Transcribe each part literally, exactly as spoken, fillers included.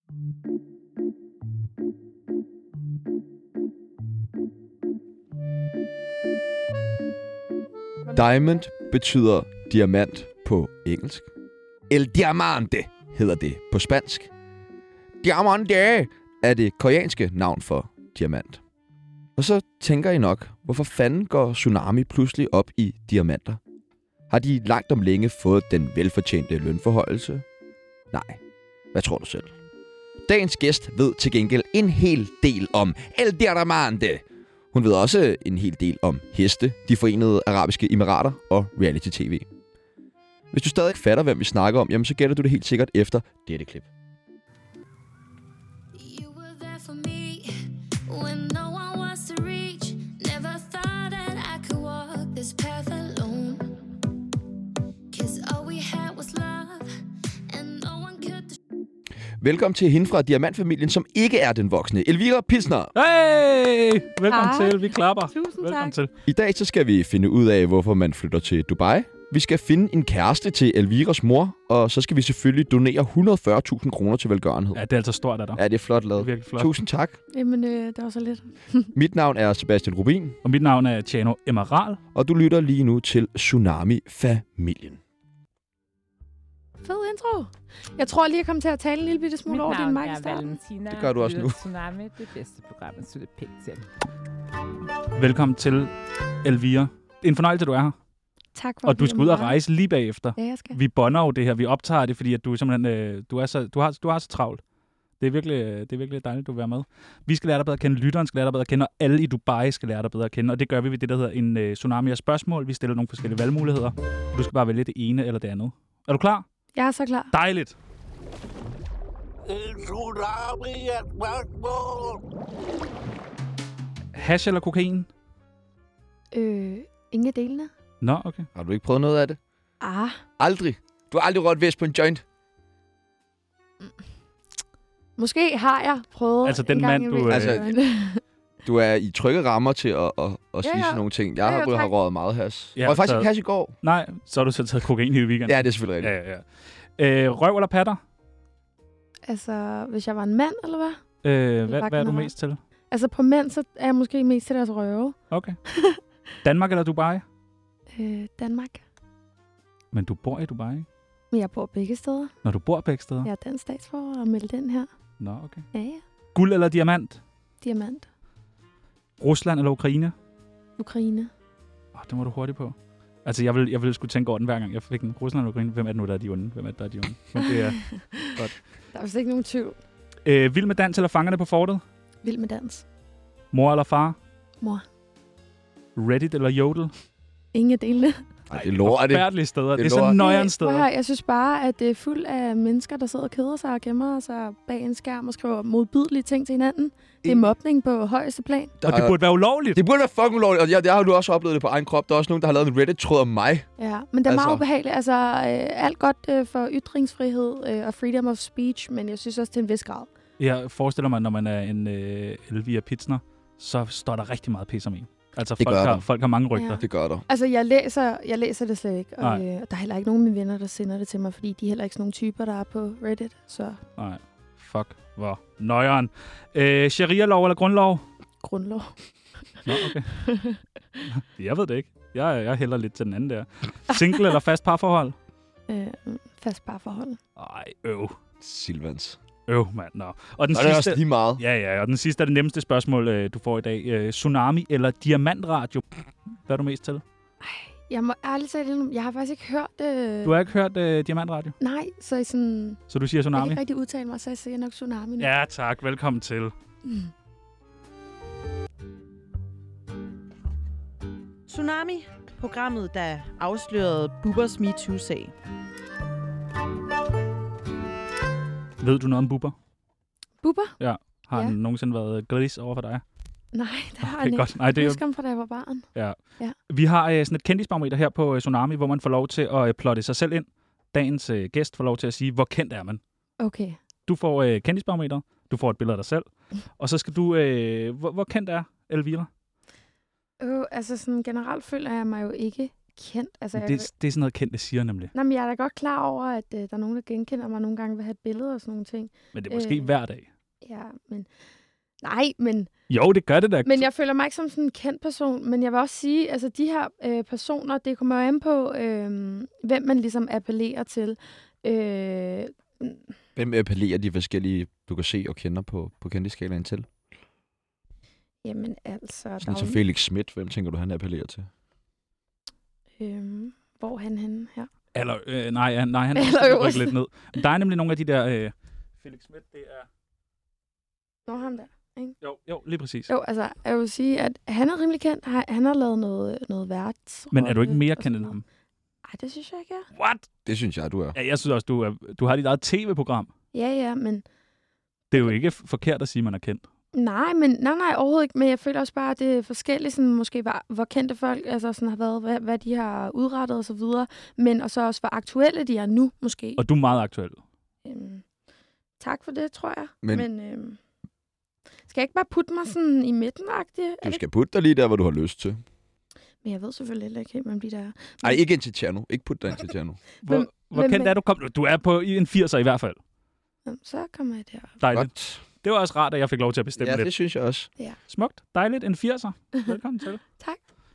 Diamond betyder diamant på engelsk. El diamante hedder det på spansk. Diamante er det koreanske navn for diamant. Og så tænker I nok, hvorfor fanden går Tsunami pludselig op i diamanter? Har de langt om længe fået den velfortjente lønforhøjelse? Nej. Hvad tror du selv? Dagens gæst ved til gengæld en hel del om El Diamante. Hun ved også en hel del om heste, de forenede arabiske emirater og reality-tv. Hvis du stadig fatter, hvem vi snakker om, jamen så gætter du det helt sikkert efter dette klip. Velkommen til hende fra Diamantfamilien, som ikke er den voksne. Elvira Pilsner. Hey! Velkommen Hej. til. Vi klapper. Tusind Velkommen tak. til. I dag så skal vi finde ud af, hvorfor man flytter til Dubai. Vi skal finde en kæreste til Elviras mor, og så skal vi selvfølgelig donere et hundrede og fyrre tusind kroner til velgørenhed. Ja, det er altså stort af dig. Ja, det er flot lavet. Det er virkelig flot. Tusind tak. Jamen, øh, det var så lidt. Mit navn er Sebastian Rubin, Og mit navn er Tjano Emeral. og du lytter lige nu til Tsunami-familien. Fed intro. Jeg tror lige, jeg kom til at tale en lille bitte smule Mit over din navn mic i er starten. Valentina. Det gør du også lytter nu. til Tsunami, det bedste program, at slutte pænt til. Velkommen til Elvira. Det er en fornøjelse, du er her. Tak for Og du at skal blive ud og med. rejse lige bagefter. Ja, jeg skal. Vi bonder jo det her. Vi optager det, fordi at du simpelthen øh, du er så du har du har så travlt. Det er virkelig det er virkelig dejligt, at du vil være med. Vi skal lære dig bedre at kende, lytteren skal lære dig bedre at kende, og alle i Dubai skal lære dig bedre at kende. Og det gør vi ved det, der hedder en øh, tsunami af spørgsmål. Vi stiller nogle forskellige valgmuligheder. Du skal bare vælge det ene eller det andet. Er du klar? Jeg er så klar. Dejligt. Hash eller kokain? Øh, ingen af delene. Nå, okay. Har du ikke prøvet noget af det? Ah, Aldrig. Du har aldrig rørt væs på en joint. måske har jeg prøvet Altså, den en gang mand, i du, mit- Altså, Du er i trygge rammer til at, at, at Ja, sige ja. sådan nogle ting. Jeg Ja, har, ja, har tak. røget meget hash. Ja, Ja, og faktisk så- ikke hash i går. Nej, så har du så taget kokain i weekenden. Ja, det er selvfølgelig rigtigt. ja, ja. Øh, røv eller patter? Altså, hvis jeg var en mand, eller hvad? Øh, hvad, bare hvad er du generelt. mest til? Altså, på mænd, så er jeg måske mest til deres røve. Okay. Danmark eller Dubai? Øh, Danmark. Men du bor i Dubai, ikke? Men jeg bor begge steder. Når du bor begge steder? Jeg er dansk statsborger og meldt den her. Nå, okay. Ja, ja. Guld eller diamant? Diamant. Rusland eller Ukraine? Ukraine. Åh, det var du hurtigt på. Altså, jeg ville, jeg ville skulle tænke over den hver gang. Jeg fik en Rusland eller Ukraine. Hvem er det nu, der er de onde? Hvem er det, der er de onde? Men det er godt. Der er vist ikke nogen tvivl. Øh, vild med dans eller fangerne på fortet? Vild med dans. Mor eller far? Mor. Reddit eller Jodel? Ingen af delene. Ej, det lover det. Forfærdelige steder. Det, Det det er lover- sådan nøjeren Prøv at steder. høre, jeg synes bare, at det er fuld af mennesker, der sidder og keder sig og gemmer sig bag en skærm og skriver modbydelige ting til hinanden. Det er mobning på højeste plan. Og det burde være ulovligt. Det burde være fucking ulovligt, og jeg, jeg har jo også oplevet det på egen krop. Der er også nogen, der har lavet en Reddit-tråd om mig. Ja, men det er Altså- meget ubehageligt. Altså, øh, alt godt øh, for ytringsfrihed øh, og freedom of speech, men jeg synes også til en vis grad. Jeg forestiller mig, når man er en øh, Elvira Pilsner, så står der rigtig meget pis om en. Altså, Det folk gør har, der. folk har mange rygter. Ja. Det gør der. Altså, jeg læser, jeg læser det slet ikke, og Nej. øh, der er heller ikke nogen af mine venner, der sender det til mig, fordi de er heller ikke sådan nogle typer, der er på Reddit. Så Nej, fuck, hvor nøjeren. Øh, Sharia-lov eller grundlov? grundlov. Nå, okay. Jeg ved det ikke. Jeg, jeg hælder lidt til den anden der. Single eller fast parforhold? Øh, fast parforhold. Ej, øv. Silvans. Øv, mand. Nå. Og den Og det er sidste... også lige meget. Ja, ja, og den sidste er det nemmeste spørgsmål, øh, du får i dag. Øh, tsunami eller diamantradio? Hvad er du mest til? Jeg må ærligt talt indrømme, jeg har faktisk ikke hørt det. Du har ikke hørt øh, diamantradio? Nej, så jeg sådan... Så du siger Jeg kan tsunami? ikke rigtig udtale mig, så jeg siger nok tsunami nu. Ja, tak. Velkommen til. Mm. Tsunami, programmet, der afslørede Bubbers MeToo-sag. Ved du noget om Bubber? Bubber? Har Ja. han nogensinde været gris over for dig? Nej, det har Okay, han ikke. godt. Nej, det er Jeg jo- husker ham fra, da jeg var barn. Ja. Ja. Vi har øh, sådan et kendisbarometer her på øh, Tsunami, hvor man får lov til at øh, plotte sig selv ind. Dagens øh, gæst får lov til at sige, hvor kendt er man. Okay. Du får øh, kendisbarometer, du får et billede af dig selv, og så skal du... Øh, hvor, hvor kendt er Elvira? Øh, altså sådan generelt føler jeg mig jo ikke kendt. Altså, jeg, Det, det er sådan noget kendt, det siger nemlig. nej, men jeg er da godt klar over, at øh, der er nogen, der genkender mig nogle gange, vil have billeder og sådan nogle ting. Men det er måske Øh. hver dag. Ja, men... Nej, men, Jo, det gør det da. men jeg føler mig ikke som sådan en kendt person. Men jeg vil også sige, altså de her øh, personer, det kommer jo an på, øh, hvem man ligesom appellerer til. Øh, Hvem appellerer de forskellige, du kan se og kender på, på kendtiskalaen til? jamen altså... der Sådan er som jo- Felix Schmidt, hvem tænker du, han appellerer til? øh, hvor er han henne her? Eller, øh, nej, han- nej, han Eller er øverst. rykke lidt ned. Men der er nemlig nogle af de der... Øh, Felix Schmidt, det er... Nå, ham der. Jo, jo, lige præcis. Jo, altså, jeg vil sige, at han er rimelig kendt. Han, han har lavet noget, noget værts. Men er du ikke mere kendt end ham? Nej, det synes jeg ikke, jeg er. What? Det synes jeg, du er. Ja, jeg synes også, du, er, du har dit eget tv-program. Ja, ja, men... Det er jo ikke forkert at sige, at man er kendt. Nej, men nej, nej, overhovedet ikke. Men jeg føler også bare, at det er forskelligt, sådan, måske hvor, hvor kendte folk altså, sådan, har været, hvad, hvad de har udrettet og så videre. Men og så også, hvor aktuelle de er nu, måske. Og du er meget aktuel. Øhm, tak for det, tror jeg. Men- Men, men øhm, skal jeg ikke bare putte mig sådan i midten-agtigt? Er Du det- skal putte dig lige der, hvor du har lyst til. Men jeg ved selvfølgelig heller ikke helt, hvem de der er. Nej, ikke ind til Tjerno. Ikke putte dig ind til Tjerno. Hvor, Hvem- hvor hvem kendt er- er du? Kom, du er på i en firser i hvert fald. Jamen, så kommer jeg der. Dejligt. Godt. Det var også rart, at jeg fik lov til at bestemme Ja, lidt. det synes jeg også. Smukt. Dejligt. En firser. Velkommen til. Tak.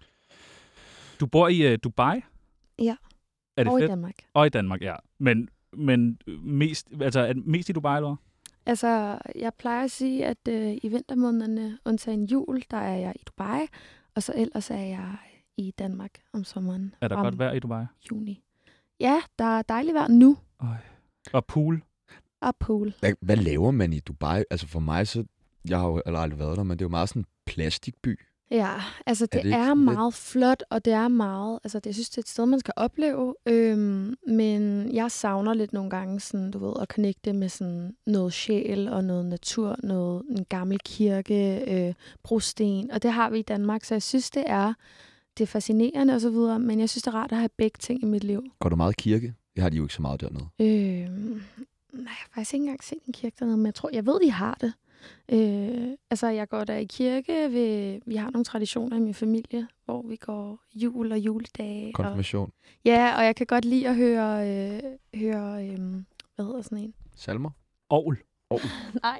Du bor i uh, Dubai? Ja. Er det Og i fedt? Danmark. Og i Danmark, ja. Men, men mest, altså, er det mest i Dubai, eller hvad? Altså, jeg plejer at sige, at øh, i vintermånederne, undtagen jul, der er jeg i Dubai, og så ellers er jeg i Danmark om sommeren. Er der om godt vejr i Dubai? juni. Ja, der er dejligt vejr nu. Øj. Og pool? Og pool. Hvad, hvad laver man i Dubai? Altså for mig, så... Jeg har jo aldrig været der, men det er jo meget sådan en plastikby. Ja, altså det, det det ikke er sådan lidt- meget flot, og det er meget, altså det, jeg synes, det er et sted, man skal opleve, øhm, men jeg savner lidt nogle gange sådan, du ved, at connecte med sådan noget sjæl og noget natur, noget, en gammel kirke, øh, brosten, og det har vi i Danmark, så jeg synes, det er, det er fascinerende og så videre, men jeg synes, det er rart at have begge ting i mit liv. Går du meget i kirke? Det har de jo ikke så meget dernede. Øhm, nej, jeg har faktisk ikke engang set en kirke dernede, men jeg tror, jeg ved, de har det. Øh, altså, jeg går der i kirke. Ved, vi har nogle traditioner i min familie, hvor vi går jul og juledage. Og, Konfirmation. ja, og jeg kan godt lide at høre, øh, høre øh, hvad hedder sådan en? Salmer. Ovl. Nej,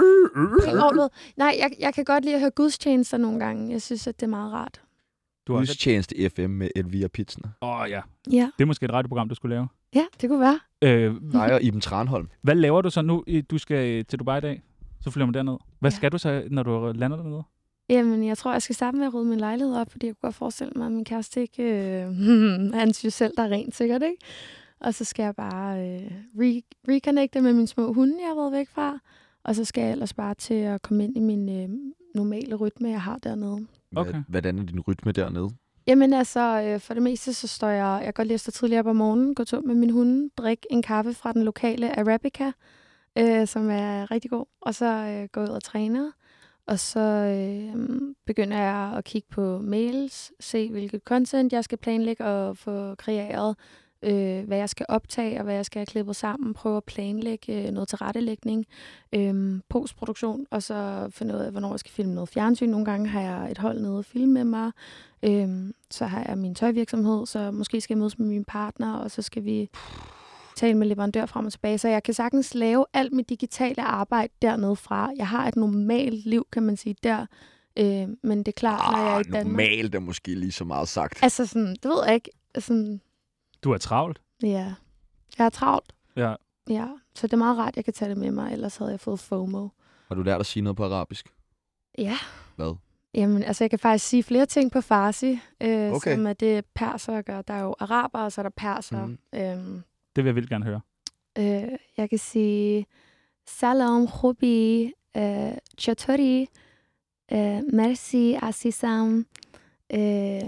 ikke ordet. Nej, jeg, jeg kan godt lide at høre gudstjenester nogle gange. Jeg synes, at det er meget rart. Du har også... Gudstjeneste F M med Elvira Pitsner. Åh, oh, ja. Ja, Det er måske et radioprogram, du skulle lave. ja det kunne være. Øh, Nej, og Iben Tranholm. hvad laver du så nu? I- Du skal til Dubai i dag. Så flyver man derned. Hvad Ja. skal du så, når du lander dernede? Jamen, jeg tror, jeg skal starte med at rydde min lejlighed op, fordi jeg kunne godt forestille mig, at min kæreste ikke... Øh, han synes jo selv, der er rent sikkert, ikke? Og så skal jeg bare øh, re- reconnecte med mine små hunde, jeg har været væk fra. Og så skal jeg ellers bare til at komme ind i min øh, normale rytme, jeg har dernede. Okay. Hvad, hvordan er din rytme dernede? Jamen altså, øh, for det meste, så står jeg... Jeg kan godt lide at stå tidligere op om morgenen, gå tur med min hunde, drikke en kaffe fra den lokale Arabica, øh, som er rigtig god. Og så øh, gå ud og træne. Og så øh, begynder jeg at kigge på mails, se hvilket content jeg skal planlægge og få kreeret, øh, hvad jeg skal optage og hvad jeg skal have klippet sammen, prøve at planlægge øh, noget tilrettelægning, øh, postproduktion, og så finde ud af, hvornår jeg skal filme noget fjernsyn. Nogle gange har jeg et hold nede og filme med mig, øh, så har jeg min tøjvirksomhed, så måske skal jeg mødes med min partner, og så skal vi tale med leverandør frem og tilbage, så jeg kan sagtens lave alt mit digitale arbejde dernede fra. Jeg har et normalt liv, kan man sige, der. Øh, men det er klart, når jeg er i Danmark. Normalt er måske lige så meget sagt. Altså sådan, det ved jeg ikke. Sådan, Du er travlt. ja. Jeg er travlt. Ja. Ja, så det er meget rart, jeg kan tage det med mig, ellers havde jeg fået FOMO. Har du lært at sige noget på arabisk? Ja. Hvad? Jamen, altså jeg kan faktisk sige flere ting på farsi, øh, Okay. som er det perser gør. Der er jo araber, og så er der perser. Mhm. Øhm, Det vil jeg vildt gerne høre. øh, jeg kan sige salam, khubi, øh, chatori, øh, merci, asisam. Øh,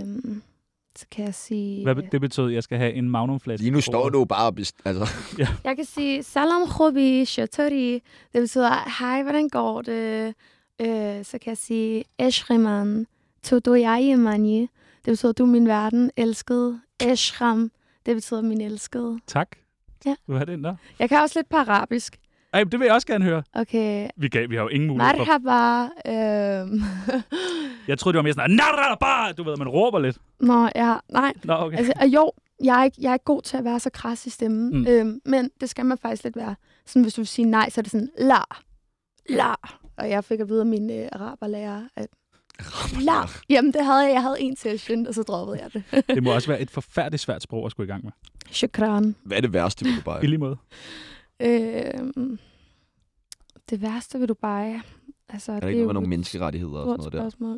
så kan jeg sige... Hvad be- det betød, at jeg skal have en magnumflaske. Lige nu på står bordet. du bare og best... Altså, Jeg kan sige salam, khubi, chatori. Det betyder, hej, hvordan går det? Øh, så kan jeg sige eshriman, todoyai mani. Det betyder, du er min verden, elskede. Eshram, det betyder min elskede. Tak. Ja. Vil du have den der? Jeg kan også lidt på arabisk. Ej, det vil jeg også gerne høre. Okay. Vi, kan, vi har jo ingen mulighed for... Marhaba. Øhm. Jeg troede, det var mere sådan, narraba! Du ved, man råber lidt. Nå, ja, nej. Nå, okay. Altså, og jo, jeg er, ikke, jeg er ikke god til at være så kras i stemmen, Mm. øhm, men det skal man faktisk lidt være. Sådan, hvis du vil sige nej, så er det sådan, la, la. Og jeg fik at vide af min øh, araberlærer, at la. Jamen, det havde jeg. Jeg havde en session, og så droppede jeg det. Det må også være et forfærdeligt svært sprog at skulle i gang med. Shukran. Hvad er det værste ved Dubai? I lige måde. Øhm, det værste ved Dubai, altså, Er der det ikke er noget med jo nogle et menneskerettigheder og stort sådan noget der? spørgsmål.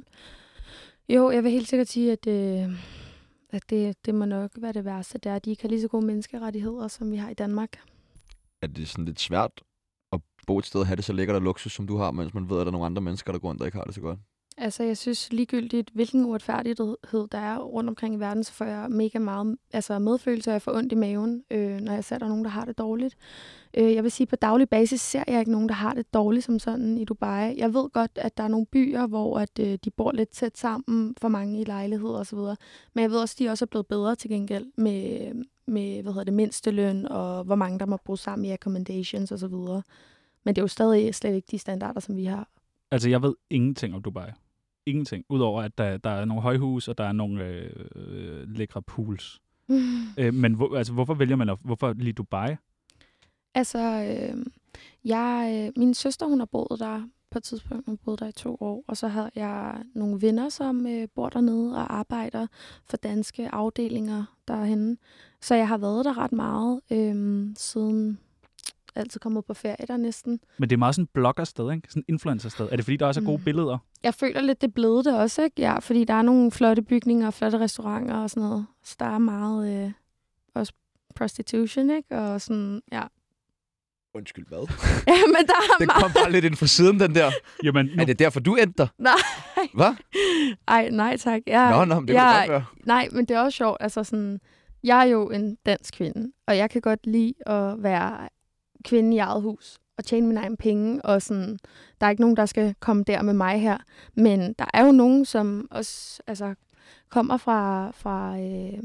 Jo, jeg vil helt sikkert sige, at, øh, at det, det må nok være det værste. Det er, at de ikke har lige så gode menneskerettigheder, som vi har i Danmark. Er det sådan lidt svært at bo et sted og have det så lækkert og luksus, som du har, mens man ved, at der er nogle andre mennesker, der går rundt og ikke har det så godt? Altså, jeg synes ligegyldigt, hvilken uretfærdighed der er rundt omkring i verden, så får jeg mega meget altså medfølelse, og jeg får ondt i maven, øh, når jeg ser, der er nogen, der har det dårligt. Øh, jeg vil sige, på daglig basis ser jeg ikke nogen, der har det dårligt som sådan i Dubai. Jeg ved godt, at der er nogle byer, hvor at, øh, de bor lidt tæt sammen, for mange i lejligheder osv. Men jeg ved også, at de også er blevet bedre til gengæld med, med hvad hedder det, mindsteløn, og hvor mange, der må bruge sammen i accommodations osv. Men det er jo stadig slet ikke de standarder, som vi har. Altså, jeg ved ingenting om Dubai. Ingenting. Udover, at der, der er nogle højhus, og der er nogle øh, øh, lækre pools. Mm. Øh, men hvor, altså, hvorfor vælger man at, hvorfor lige Dubai? Altså, øh, jeg, øh, min søster, hun har boet der på et tidspunkt. Hun boede der i to år. Og så havde jeg nogle venner, som øh, bor dernede og arbejder for danske afdelinger derhenne. Så jeg har været der ret meget øh, siden altid kommet på ferie der næsten. Men det er meget sådan et bloggersted, ikke? Sådan et influencersted. Er det fordi, der også er gode Mm. billeder? Jeg føler lidt, det er blevet det også, ikke? Ja, fordi der er nogle flotte bygninger og flotte restauranter og sådan noget. Så der er meget øh, også prostitution, ikke? Og sådan, ja. Undskyld, hvad? Ja, men der er Den meget... kom bare lidt ind fra siden, den der. Jamen, nu, Er det derfor, du endte der? Nej. Hvad? Ej, nej tak. Jeg, Nå, nå, men det kan jeg, godt være. Nej, men det er også sjovt. Altså sådan, jeg er jo en dansk kvinde, og jeg kan godt lide at være kvinde i eget hus og tjene mine egne penge, og sådan, der er ikke nogen, der skal komme der med mig her. Men der er jo nogen, som også altså, kommer fra, fra øh,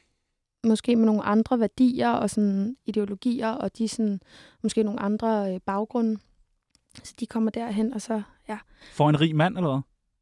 måske med nogle andre værdier og sådan, ideologier, og de sådan, måske nogle andre øh, baggrunde. Så de kommer derhen, og så, ja. får en rig mand, eller hvad?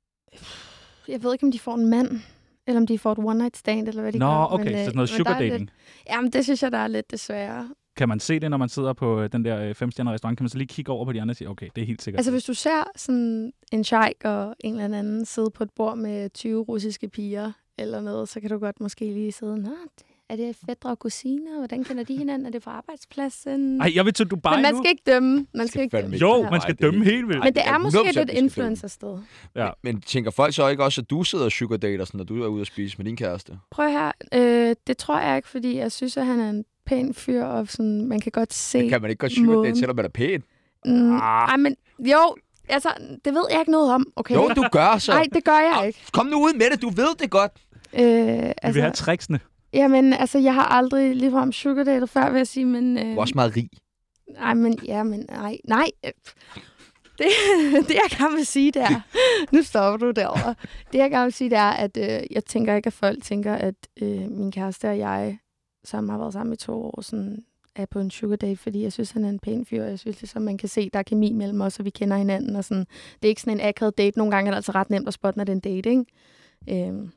Jeg ved ikke, om de får en mand, eller om de får et one-night stand, eller hvad de Nå, gør. okay, men, så øh, sådan noget men sugar der er dating. lidt- Jamen, det synes jeg, der er lidt desværre. Kan man se det, når man sidder på øh, den der øh, femstjerne restaurant? Kan man så lige kigge over på de andre og sige, okay, det er helt sikkert. Altså, hvis du ser sådan en sheik og en eller anden sidde på et bord med tyve russiske piger eller noget, så kan du godt måske lige sidde, nå, er det fædre og kusiner? Hvordan kender de hinanden? Er det fra arbejdspladsen? Ej, jeg vil til Dubai Men man nu. skal ikke dømme. Man skal ikke fandme dømme. ikke Jo, dømme. Ja. man skal Nej, det er dømme helt- helt vildt. Men det er Ja, måske hundrede procent, lidt vi skal dømme. influencersted. Ja. Men tænker folk så ikke også, at du sidder og sugar dater, sådan, når du er ude at spise med din kæreste? Prøv her. Øh, det tror jeg ikke, fordi jeg synes, at han er en pæn fyr, og sådan, man kan godt se... Kan man ikke godt sugar date, måden. selvom man er pæn? Mm, Ah. ej, men jo, altså, det ved jeg ikke noget om, okay? Jo, du gør så. Nej, det gør jeg Ah, ikke. Kom nu ud med det, du ved det godt. Øh, Vi vil altså, have tricksene. jamen, altså, jeg har aldrig ligefrem sugardatet før, vil jeg sige, men... Du Øh, er også meget rig. nej, men, ja, men, nej, nej. øh, Det, det, jeg gerne vil sige, det er... Nu stopper du derovre. Det, jeg gerne vil sige, det er, at øh, jeg tænker ikke, at folk tænker, at øh, min kæreste og jeg, som har været sammen i to år, sådan, er på en sugar date, fordi jeg synes, han er en pæn fyr, og jeg synes, ligesom, man kan se, der er kemi mellem os, og vi kender hinanden, og sådan. Det er ikke sådan en akavet date. Nogle gange er det altså ret nemt at spotte, når det er en date, ikke? Øhm,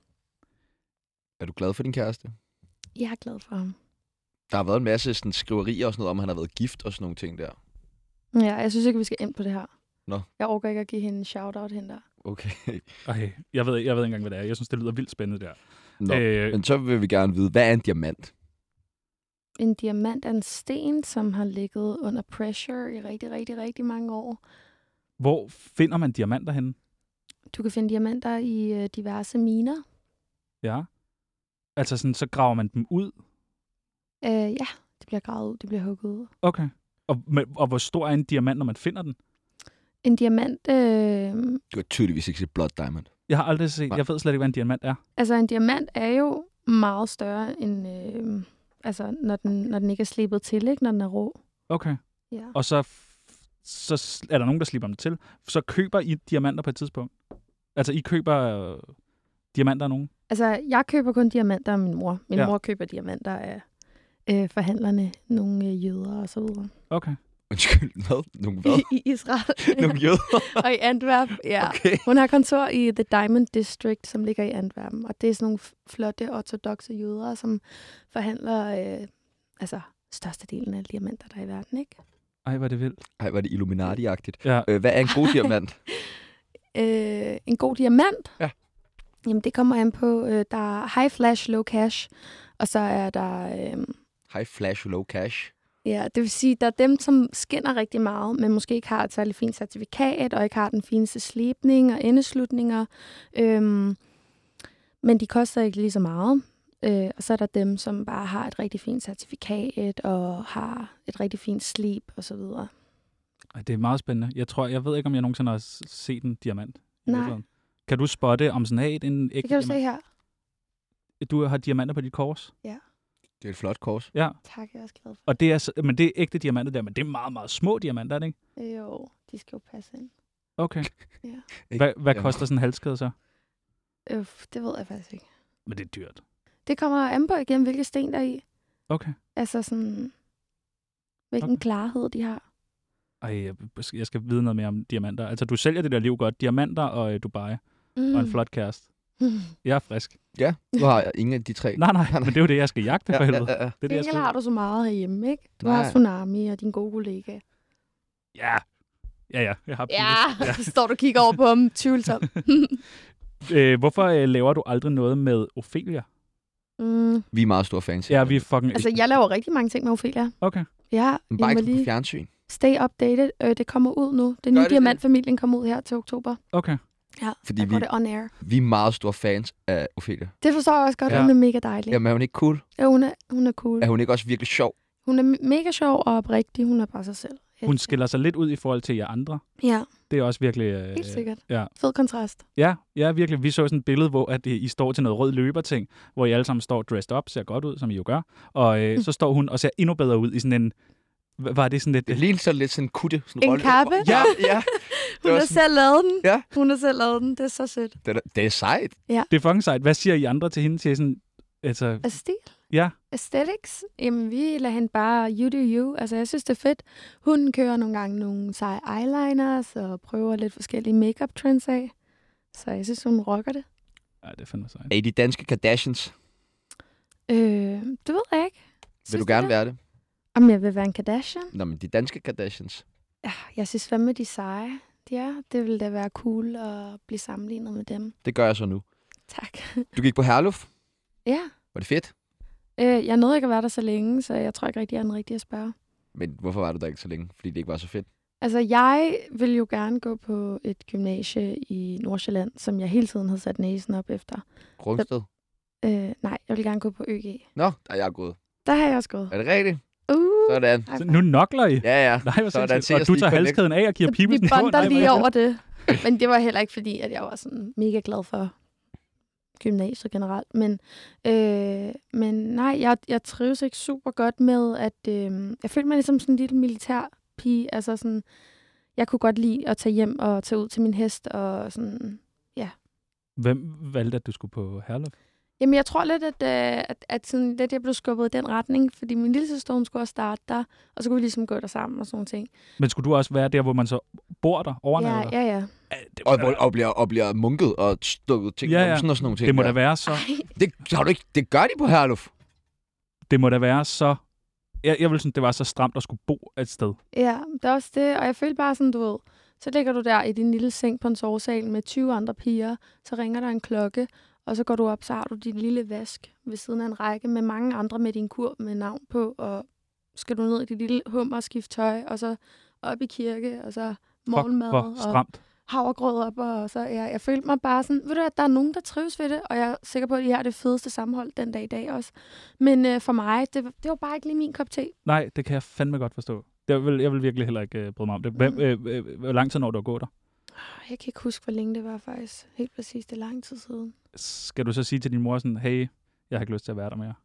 Er du glad for din kæreste? jeg er glad for ham. Der har været en masse sådan, skriverier og sådan noget om, at han har været gift og sådan nogle ting der. Ja, jeg synes ikke, vi skal ind på det her. Nå. Jeg overgår ikke at give hende en shout-out hende der. Okay. Ej, jeg ved, jeg ved ikke engang, hvad det er. Jeg synes, det lyder vildt spændende der. Nå, Øh, men så vil vi gerne vide, hvad er en diamant? En diamant er en sten, som har ligget under pressure i rigtig, rigtig, rigtig mange år. Hvor finder man diamanter henne? Du kan finde diamanter i øh, diverse miner. Ja. Altså sådan, så graver man dem ud? Øh, ja, det bliver gravet ud, det bliver hugget ud. Okay. Og, men, og hvor stor er en diamant, når man finder den? En diamant, øh, Du har tydeligvis ikke set Blood Diamond. Jeg har aldrig set, Nej. jeg ved slet ikke, hvad en diamant er. altså en diamant er jo meget større end, øh, altså når den, når den ikke er slebet til, ikke? Når den er rå. Okay. Ja. Og så, f- så s- er der nogen, der slipper dem til. Så køber I diamanter på et tidspunkt? Altså, I køber øh, diamanter af nogen? Altså, jeg køber kun diamanter af min mor. Min Ja. ja. mor køber diamanter af øh, forhandlerne, nogle øh, jøder og så videre. Okay. Undskyld, hvad? Nogle hvad? I, i Israel. Nogle jøder? Og i Antwerp, ja. Okay. Hun har kontor i The Diamond District, som ligger i Antwerpen. Og det er sådan nogle f- flotte, ortodoxe jøder, som forhandler øh, altså størstedelen af diamanter, der er i verden, ikke? Ej, hvor er det vildt. Ej, var det Illuminati-agtigt. Ja. Øh, hvad er en god diamant? øh, en god diamant? Ja. Jamen, det kommer an på, øh, der er high flash, low cash, og så er der, øh, High flash, low cash. ja, det vil sige, der er dem, som skinner rigtig meget, men måske ikke har et særligt fint certifikat, og ikke har den fineste slibning og endeslutninger. Øhm, men de koster ikke lige så meget. Øh, og så er der dem, som bare har et rigtig fint certifikat, og har et rigtig fint slib, og så videre. Ej, det er meget spændende. Jeg tror, jeg ved ikke, om jeg nogensinde har s- set en diamant. i Nej. virkeligheden. Kan du spotte, om sådan her en ægte Det kan du se diamant? her. Du har diamanter på dit kors? Det er et flot kors. Ja. Tak, jeg er også glad for. Og det er, s- men det er ægte diamanter der, men det er meget, meget små diamanter, er det ikke? Jo, de skal jo passe ind. Okay. Ja. Hvad, hvad Ja. koster sådan en halskæde så? Øf, det ved jeg faktisk ikke. Men det er dyrt. Det kommer an på igen, hvilke sten der er i. Okay. Altså sådan, hvilken Okay. klarhed de har. Ej, jeg, jeg skal vide noget mere om diamanter. Altså, du sælger det der liv godt. Diamanter og øh, Dubai. Mm. Og en flot kæreste. Jeg er frisk. Ja, nu har jeg ingen af de tre. Nej, nej, men det er jo det, jeg skal jagte for ja, helvede. ja, ja. Det er det, jeg Gengæld skal... har du så meget herhjemme, ikke? Du Nej. har Tsunami og din gode kollega. Ja. Ja, ja. Jeg har Ja, ja. så står du og kigger over på ham, tvivlsom. Øh, hvorfor øh, laver du aldrig noget med Ophelia? mm. Vi er meget store fans. Ja, vi er fucking... Altså, jeg laver rigtig mange ting med Ophelia. Okay. Ja, Men bare jeg må ikke på lige fjernsyn. stay updated. Øh, det kommer ud nu. Den Gør nye det Diamantfamilien kommer ud her til oktober. Okay. Ja, Fordi der går vi- det on air. Vi er meget store fans af Ophelia. Det forstår jeg også godt, Ja. hun er mega dejlig. Jamen, er hun ikke cool? Ja, hun er, hun er cool. Er hun ikke også virkelig sjov? Hun er mega sjov og oprigtig. Hun er bare sig selv. Hun Elsker. skiller sig lidt ud i forhold til jer andre. Ja, Det er også virkelig... Øh, helt sikkert. Ja. Fed kontrast. Ja, ja, virkelig. Vi så sådan et billede, hvor at I står til noget rød løberting, hvor I alle sammen står dressed up, ser godt ud, som I jo gør. Og øh, så står hun og ser endnu bedre ud i sådan en... Hva- Var det sådan lidt... Det ligner så lidt sådan en kutte. Sådan En rolle- kappe? Ja, ja. Hun var har sådan- selv lavet den. Ja. Hun har selv lavet den. Det er så sødt. Det er, det er sejt. Det er fucking sejt. Hvad siger I andre til hende? Til sådan... Altså... Altså stil. Ja. Aesthetics. Jamen, vi lader hende bare you do you. Altså, jeg synes, det er fedt. Hun kører nogle gange nogle seje eyeliners og prøver lidt forskellige makeup trends af. Så jeg synes, hun rocker det. Ej, det er fandme sejt. Er I de danske Kardashians? Øh, det ved jeg ikke. Vil du gerne være det? Om jeg vil være en Kardashian? Nå, men de danske Kardashians. Ja, jeg synes fandme, de er seje. Ja, det ville da være cool at blive sammenlignet med dem. Det gør jeg så nu. Tak. Du gik på Herluf. Ja. Var det fedt? Øh, jeg nåede ikke at være der så længe, så jeg tror ikke rigtig, jeg er den rigtige at spørge. Men hvorfor var du der ikke så længe? Fordi det ikke var så fedt. Altså, jeg ville jo gerne gå på et gymnasie i Nordsjælland, som jeg hele tiden havde sat næsen op efter. Rungsted? Øh, nej, jeg vil gerne gå på Ø G. Nå, der er jeg gået. Der har jeg også gået. Er det rigtigt? Uh, Sådan. Så nu nokler I? Ja, ja. Nej, hvor Sådan, sindssygt. se Og os du lige tager på en halskæden af og giver vi people en bonder lige over det. Men det var heller ikke fordi, at jeg var sådan mega glad for gymnasiet generelt. Men, øh, men nej, jeg, jeg trives ikke super godt med, at øh, jeg følte mig ligesom sådan en lille militær pige. Altså sådan, jeg kunne godt lide at tage hjem og tage ud til min hest og sådan, ja. Hvem valgte, at du skulle på Herluf? Jamen, jeg tror lidt, at, øh, at, at sådan lidt, jeg blev skubbet i den retning, fordi min lille søster, hun skulle også starte der, og så kunne vi ligesom gå der sammen og sådan nogle ting. Men skulle du også være der, hvor man så bor der, overnatter? Ja, ja, ja. Ja, det må Og, da og, være- og, bliver, og bliver munket og stukket ting Ja, ja, ja. ja. Sådan og sådan nogle ting. det må der. da være så... Det, har du ikke, det gør de på Herluf. Det må da være så... Jeg, jeg ville synes, det var så stramt at skulle bo et sted. Ja, det er også det, og jeg følte bare sådan, du ved, så ligger du der i din lille seng på en sovesal med tyve andre piger, så ringer der en klokke, og så går du op, så har du din lille vask ved siden af en række med mange andre med din kur med navn på, og skal du ned i dit lille hummer og skifte tøj, og så op i kirke, og så morgenmad, Fuck, hvor og stramt. havregrød op, og så ja, jeg følte mig bare sådan, ved du at der er nogen, der trives ved det, og jeg er sikker på, at de har det fedeste sammenhold den dag i dag også. Men øh, for mig, det, det var bare ikke lige min kop te. Nej, det kan jeg fandme godt forstå. Det vil, jeg vil virkelig heller ikke uh, bryde mig om det. Hvem, øh, øh, hvor lang tid når du at gå der? Jeg kan ikke huske, hvor længe det var faktisk. Helt præcis, det er lang tid siden. Skal du så sige til din mor sådan, hey, jeg har ikke lyst til at være der mere?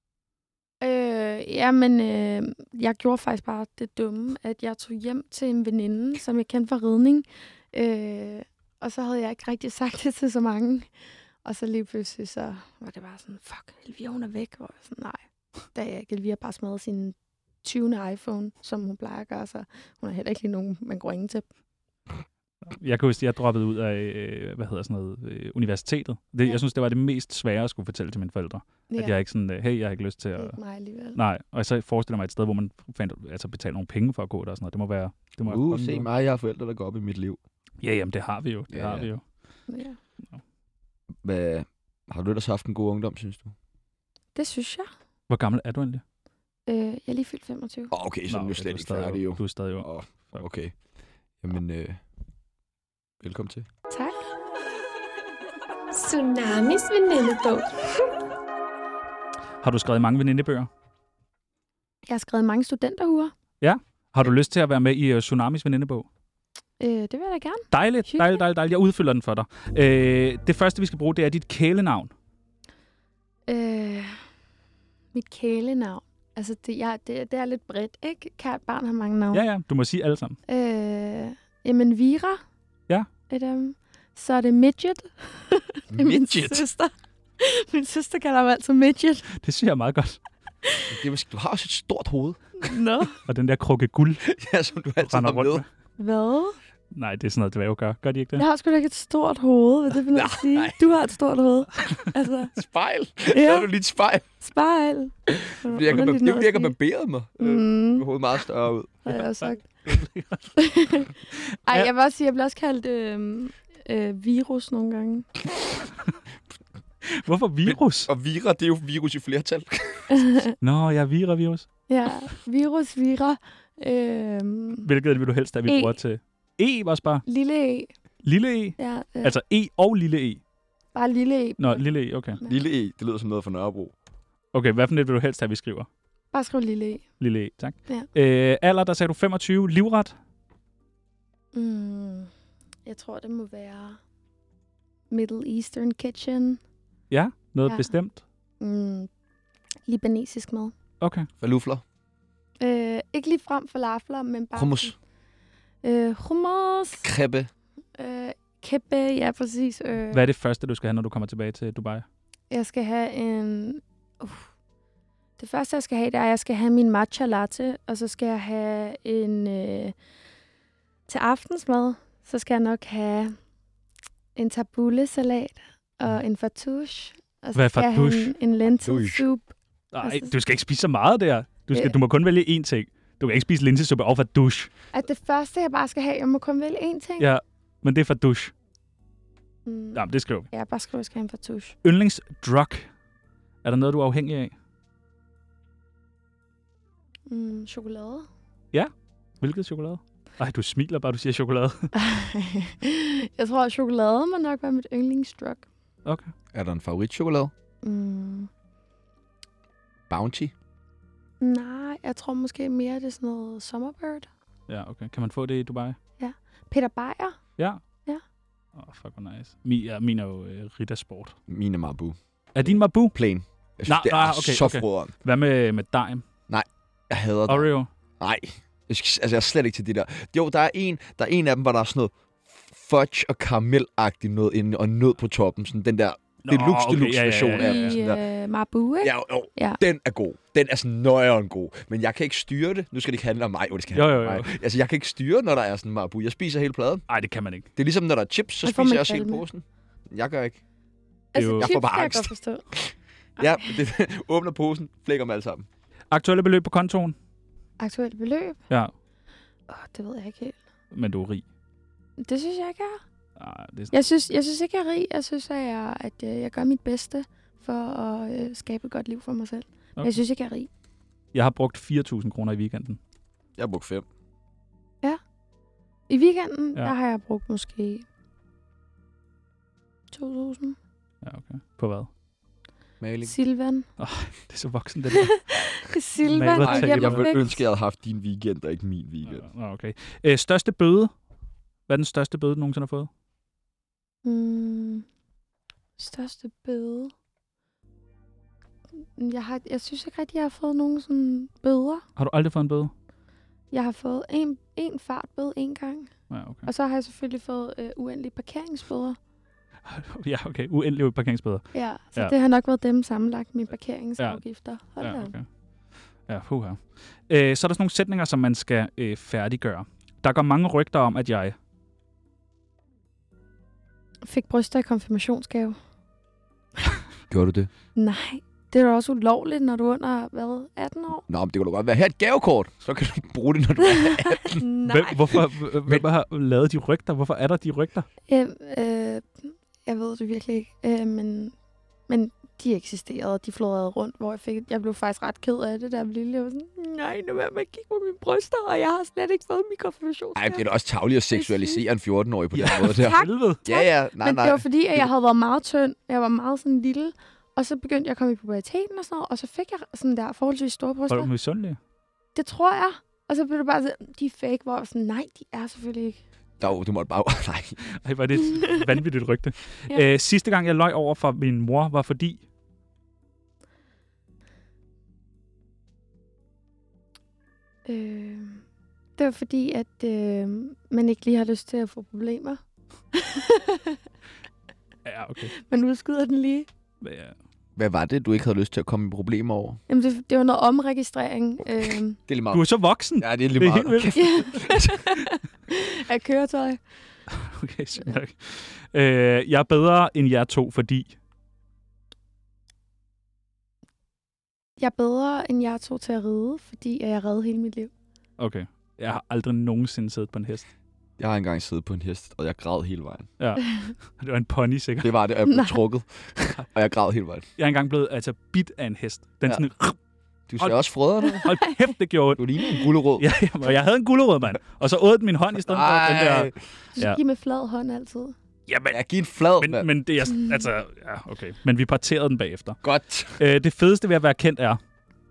Øh, jamen, øh, jeg gjorde faktisk bare det dumme, at jeg tog hjem til en veninde, som jeg kendte fra ridning. Øh, og så havde jeg ikke rigtig sagt det til så mange. Og så lige pludselig, så var det bare sådan, fuck, Elvira, hun er væk. Og jeg sådan, nej, det er jeg ikke. Elvira bare smadret sine tyvende iPhone, som hun plejer at gøre, så hun er heller ikke lige nogen, man går ringe til. Jeg kan huske, at jeg droppede ud af, øh, hvad hedder sådan noget, øh, universitetet. Det, Ja. Jeg synes, det var det mest svære at skulle fortælle til mine forældre. Ja, At jeg ikke sådan, øh, hey, jeg har ikke lyst til at... ikke mig alligevel. Nej, og så forestiller jeg mig et sted, hvor man fandt, altså betaler nogle penge for at gå der og sådan noget. Det må være... Det må Uh, være se mig, jeg har forældre, der går op i mit liv. Ja, jamen det har vi jo. Det Ja, har ja. vi jo. Ja. Hvad, har du ellers haft en god ungdom, synes du? Det synes jeg. Hvor gammel er du egentlig? Øh, jeg er lige fyldt femogtyve. Oh, okay, så er den jo okay, slet du er ikke stadig færdig, jo. Du er stadig jo. Oh, okay. Jamen, øh, velkommen til. Tak. Tsunamis venindebog. Har du skrevet mange venindebøger? Jeg har skrevet mange studenterhuer. Har du lyst til at være med i uh, Tsunamis venindebog? Øh, det vil jeg da gerne. Dejligt, Hyggeligt. dejligt, dejligt, dejligt. Jeg udfylder den for dig. Øh, det første, vi skal bruge, det er dit kælenavn. Øh, mit kælenavn. Altså, det, jeg, det, det er lidt bredt, ikke? Kært barn har mange navne. Ja, ja, du må sige alle sammen. Øh, jamen, Vira. Ja. Et, um, så er det Midget. Det er min Midget? søster. Min søster kalder mig altid Midget. Det synes jeg er meget godt. Det er, måske- du har også et stort hoved, Nå. Og den der krukke guld ja, som du altid render har rundt med. med. Hvad? Nej, det er sådan noget, dværge gør. Gør de ikke det? Jeg har sgu da ikke et stort hoved, hvad det vil jeg sige. Nej. Du har et stort hoved. Altså, Spejl. Ja. Så er du lige et spejl. spejl. Fordi jeg kan, Underligt det er noget fordi, jeg at kan sige. barbere mig. Mm. Mm, Hovedet meget større ud. har jeg også sagt. Ej, jeg vil også sige, jeg bliver også kaldt øh, øh, virus nogle gange. Hvorfor virus? Og vira, det er jo virus i flertal. Nå, jeg er vira-virus. Ja, virus, vira. Øh, Hvilket vil du helst have, vi E. bruger til? E også bare. lille E. Lille E. Ja, øh, Altså E og lille E. bare lille E. Nå, lille E, okay. Lille E, det lyder som noget fra Nørrebro. Okay, hvad for net vil du helst have, vi skriver? Bare skriv lille E. Lille E, tak. Ja. Øh, alder, der sagde du femogtyve. Livret? Mm, jeg tror, det må være Middle Eastern Kitchen. Ja, noget Ja. bestemt. Mm, libanesisk mad. Okay. Falufler. Øh, ikke lige frem falafler, men bare... Hummus. Øh, hummus. Kreppe. Øh, kebbe, ja, præcis. Øh, Hvad er det første, du skal have, når du kommer tilbage til Dubai? Jeg skal have en... Uh, det første, jeg skal have, det er, at jeg skal have min matcha latte, og så skal jeg have en... Øh, til aftensmad, så skal jeg nok have en tabbouleh-salat og en fattoush. Og så Hvad er skal jeg have fattoush? en, en lentelsoup. Nej, Altså- du skal ikke spise så meget der. Du, skal, Øh. du må kun vælge én ting. Du kan ikke spise linsesuppe og fattoush. At det første, jeg bare skal have, jeg må kun vælge én ting. Ja, men det er fattoush. Mm. Ja, det skriver vi. Jeg bare skriver, at jeg skal have en fattoush. Yndlingsdrug. Er der noget, du er afhængig af? Mm, chokolade. Hvilket chokolade? Ej, du smiler bare, du siger chokolade. Jeg tror, at chokolade må nok være mit yndlingsdrug. Okay. Er der en favoritchokolade? Mm. Bounty. Nej, jeg tror måske mere, det er sådan noget Summerbird. Ja, okay. Kan man få det i Dubai? Peter Beyer. Ja. Ja. Åh, oh, fuck, hvor nice. Min, ja, min er jo øh, Rita Sport. Mine Marabou. Er din Mabu? Plain. Jeg synes, Nej, det er nej, okay, så okay. froderen. Hvad med, med Daim? Jeg hader det. Oreo? Nej. Jeg, skal- altså, jeg er slet ikke til de der. Jo, der er en, der er en af dem, hvor der er sådan noget fudge og karamel-agtigt noget inde, og nød på toppen. Sådan den der Nå, deluxe, okay, deluxe ja, ja, version ja, af ja. den. I Sådan der. øh, Marabu, ikke? Ja, jo, Ja. den er god. Den er sådan nøjeren god. Men jeg kan ikke styre det. Nu skal det ikke handle om mig. Jo, det skal Jo, handle jo, om jo. mig. Altså, jeg kan ikke styre, når der er sådan en Marabu. Jeg spiser hele pladen. Nej, det kan man ikke. Det er ligesom, når der er chips, så Så får spiser man jeg også hele kvalme. posen. Jeg gør ikke. Altså, jo- Jeg chips får bare kan jeg angst. godt forstå. Ja, det, åbner posen, flækker dem alle sammen. Aktuelle beløb på kontoen? Aktuelt beløb? Ja, Åh, det ved jeg ikke helt. men du er rig. Det synes jeg ikke, jeg er. Nej, det er sådan. Jeg synes, jeg synes ikke, jeg er rig. Jeg synes, at jeg, at øh, jeg gør mit bedste for at øh, skabe et godt liv for mig selv. Okay. Okay. Jeg synes ikke, jeg er rig. Jeg har brugt fire tusind kroner i weekenden. Jeg har brugt fem. I weekenden, Ja. ja. der har jeg brugt måske to tusind. Ja, okay. På hvad? Maling. Silvan. Det er så voksen, det der. Silvan. Malet Nej, til jeg jeg hjemme. ville fik- ønske, jeg havde haft din weekend, og ikke min weekend. Nå, okay. Øh, største bøde? Hvad er den største bøde, du nogensinde har fået? Mm, største bøde. Jeg, har, jeg synes ikke rigtig, jeg har fået nogen sådan bøder. Har du aldrig fået en bøde? Jeg har fået en, en fartbøde en gang. Ja, okay. Og så har jeg selvfølgelig fået øh, uendelige parkeringsbøder. Ja, okay. Uendelige parkeringsbøder. Ja, så Ja. ja. det har nok været dem sammenlagt med parkeringsafgifter. Hold Ja, da op. okay. Ja, puha. Øh, så er der sådan nogle sætninger, som man skal øh, færdiggøre. Der går mange rygter om, at jeg... Fik bryster i konfirmationsgave. Gjorde du det? Nej, det er da også ulovligt, når du er under, hvad, atten år? Nå, men det kunne da godt være. Her er et gavekort. Så kan du bruge det, når du er atten. Nej. Hvem, hvorfor, hvem har lavet de rygter? Hvorfor er der de rygter? Øhm, øh, jeg ved det virkelig ikke, øh, men, men de eksisterede, og de florerede rundt, hvor jeg fik... Jeg blev faktisk ret ked af det, der blev lille. Jeg var sådan, nej, nu er man kigge på mine bryster, og jeg har slet ikke fået min konfirmationsgave. Ej, det er da også tarveligt at seksualisere en fjorten-årig på den måde der. Tak. Helvede. Ja, ja. Nej, Men nej. det var fordi, at jeg havde været meget tynd. Jeg var meget sådan lille. Og så begyndte jeg at komme i puberteten og sådan noget. Og så fik jeg sådan der forholdsvis store Var bryster. du misundelig? Det tror jeg. Og så blev det bare sådan, de er fake, hvor jeg var sådan, nej, de er selvfølgelig ikke. Dog, du måtte bare... Nej. Ej, var det et vanvittigt rygte. Ja. Øh, sidste gang, jeg løj over for min mor, var fordi... Øh, det var fordi, at øh, man ikke lige har lyst til at få problemer. Ja, okay. Man udskyder den lige. Ja. Hvad var det, du ikke havde lyst til at komme i problemer over? Jamen, det, det var noget omregistrering øh, Det er lige meget. Du er så voksen. Ja, det er lige Det er meget. helt vildt. Okay. af køretøj. Okay, sygt nok. Øh, jeg er bedre end jer to, fordi... Jeg er bedre, end jeg tog til at ride, fordi jeg redde hele mit liv. Okay. Jeg har aldrig nogensinde siddet på en hest. Jeg har engang siddet på en hest, og jeg græd hele vejen. Ja. Det var en pony, sikkert. Det var det, og jeg blev Nej. trukket. Og jeg græd hele vejen. Jeg er engang blevet altså, bit af en hest. Den Ja. sådan... Du ser Hold- også frøder nu. Hold kæft, det gjorde ondt. Du ligner en gulerod. Ja, ja, og jeg havde en gulerod, mand. Og så åd den min hånd i stedet for den der... Ej. Du skal Ja. give med flad hånd altid. Jamen, Jeg giver en flad, men, mand. men det er... Altså, ja, okay. Men vi parterede den bagefter. Godt. Øh, det fedeste ved at være kendt er...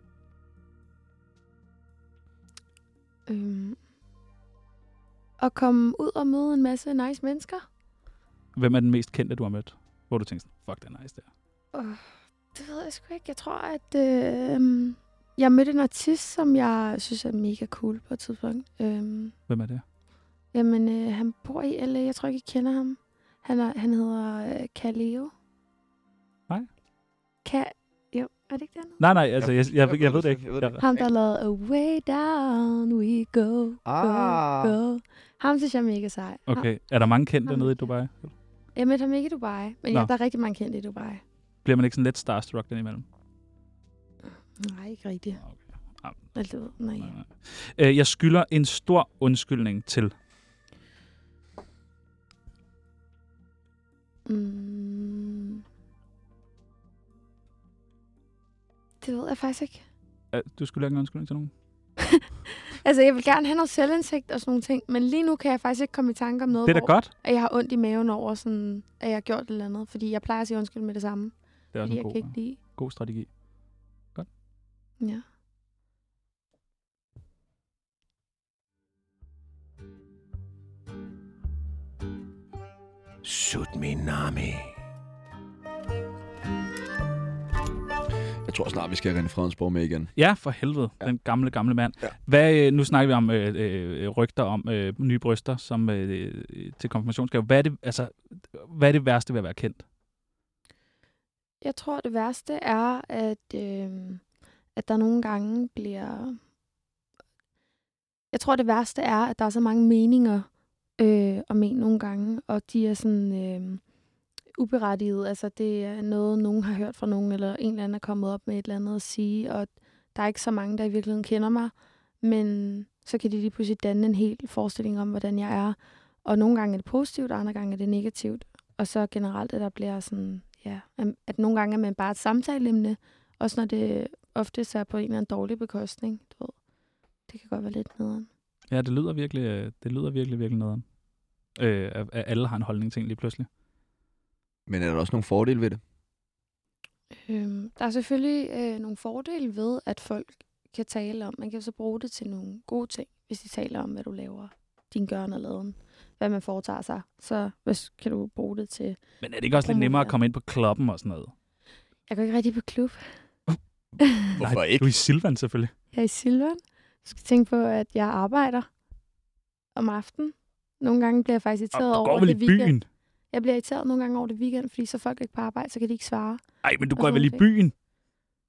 Øhm, at komme ud og møde en masse nice mennesker. Hvem er den mest kendte, du har mødt? Hvor du tænker sådan, fuck, det er nice der. Uh, det ved jeg sgu ikke. Jeg tror, at øh, jeg mødte en artist, som jeg synes er mega cool på et tidspunkt. Øhm, Hvem er det? jamen, øh, han bor i L A. Jeg tror ikke, I kender ham. Han, er, han hedder øh, Kaleo. Nej. Ka jo, er det ikke det, han hedder? Nej, nej, altså, jeg, jeg, jeg, jeg ved det ikke. Jeg ved det Jeg, Ham, der lavede Away Down We Go, Ah. Go, Go. Ham synes jeg er mega sej. Ham- okay. Er der mange kendte Ham- nede i Dubai? Jeg mødte ham ikke i Dubai, men Nå. ja, der er rigtig mange kendte i Dubai. Bliver man ikke sådan lidt starstruck den imellem? Nej, ikke rigtigt. Okay. Ah, Altså, nej. nej, nej. Øh, jeg skylder en stor undskyldning til... Mm. Det ved jeg faktisk ikke. Øh, du skylder ikke en undskyldning til nogen? Altså, jeg vil gerne have noget selvindsigt og sådan nogle ting, men lige nu kan jeg faktisk ikke komme i tanke om noget, Det er da hvor godt. at jeg har ondt i maven over, sådan, at jeg har gjort et eller andet. Fordi jeg plejer at sige undskyld med det samme. Det er også Fordi en jeg kan god, ikke lide. god strategi. Ja. Sut min nami. Jeg tror snart, vi skal have René Fredensborg med igen. Ja, for helvede. Ja. Den gamle, gamle mand. Ja. Hvad, øh, nu snakker vi om øh, øh, rygter om øh, nye bryster som, øh, til konfirmationsgave. Hvad er, det, altså, hvad er det værste ved at være kendt? Jeg tror, det værste er, at, øh, at der nogle gange bliver... Jeg tror, det værste er, at der er så mange meninger øh, om en nogle gange, og de er sådan øh, uberettigede. Altså, det er noget, nogen har hørt fra nogen, eller en eller anden er kommet op med et eller andet at sige, og der er ikke så mange, der i virkeligheden kender mig, men så kan de lige pludselig danne en hel forestilling om, hvordan jeg er. Og nogle gange er det positivt, og andre gange er det negativt. Og så generelt, at der bliver sådan... Ja, at nogle gange er man bare et samtaleemne, også når det ofte er på en eller anden dårlig bekostning. Du ved. Det kan godt være lidt nederen. Ja, det lyder virkelig, øh, det lyder virkelig, virkelig noget. Øh, at, at alle har en holdning til en lige pludselig. Men er der også nogle fordele ved det? Øhm, der er selvfølgelig øh, nogle fordele ved, at folk kan tale om. Man kan så bruge det til nogle gode ting, hvis de taler om, hvad du laver. Din gøren og laden. Hvad man foretager sig. Så hvis, kan du bruge det til... Men er det ikke også lidt nemmere at komme ind på klubben og sådan noget? Jeg går ikke rigtig på klub. Hvorfor Nej, ikke? Du er i Silvan selvfølgelig. Jeg er i Silvan. Du skal tænke på, at jeg arbejder om aftenen. Nogle gange bliver jeg faktisk Og irriteret du over går vel i det weekend. byen? Jeg bliver irriteret nogle gange over det weekend, fordi så folk ikke på arbejde, så kan de ikke svare. Nej, men du Og går sådan vel i nogle ting. byen?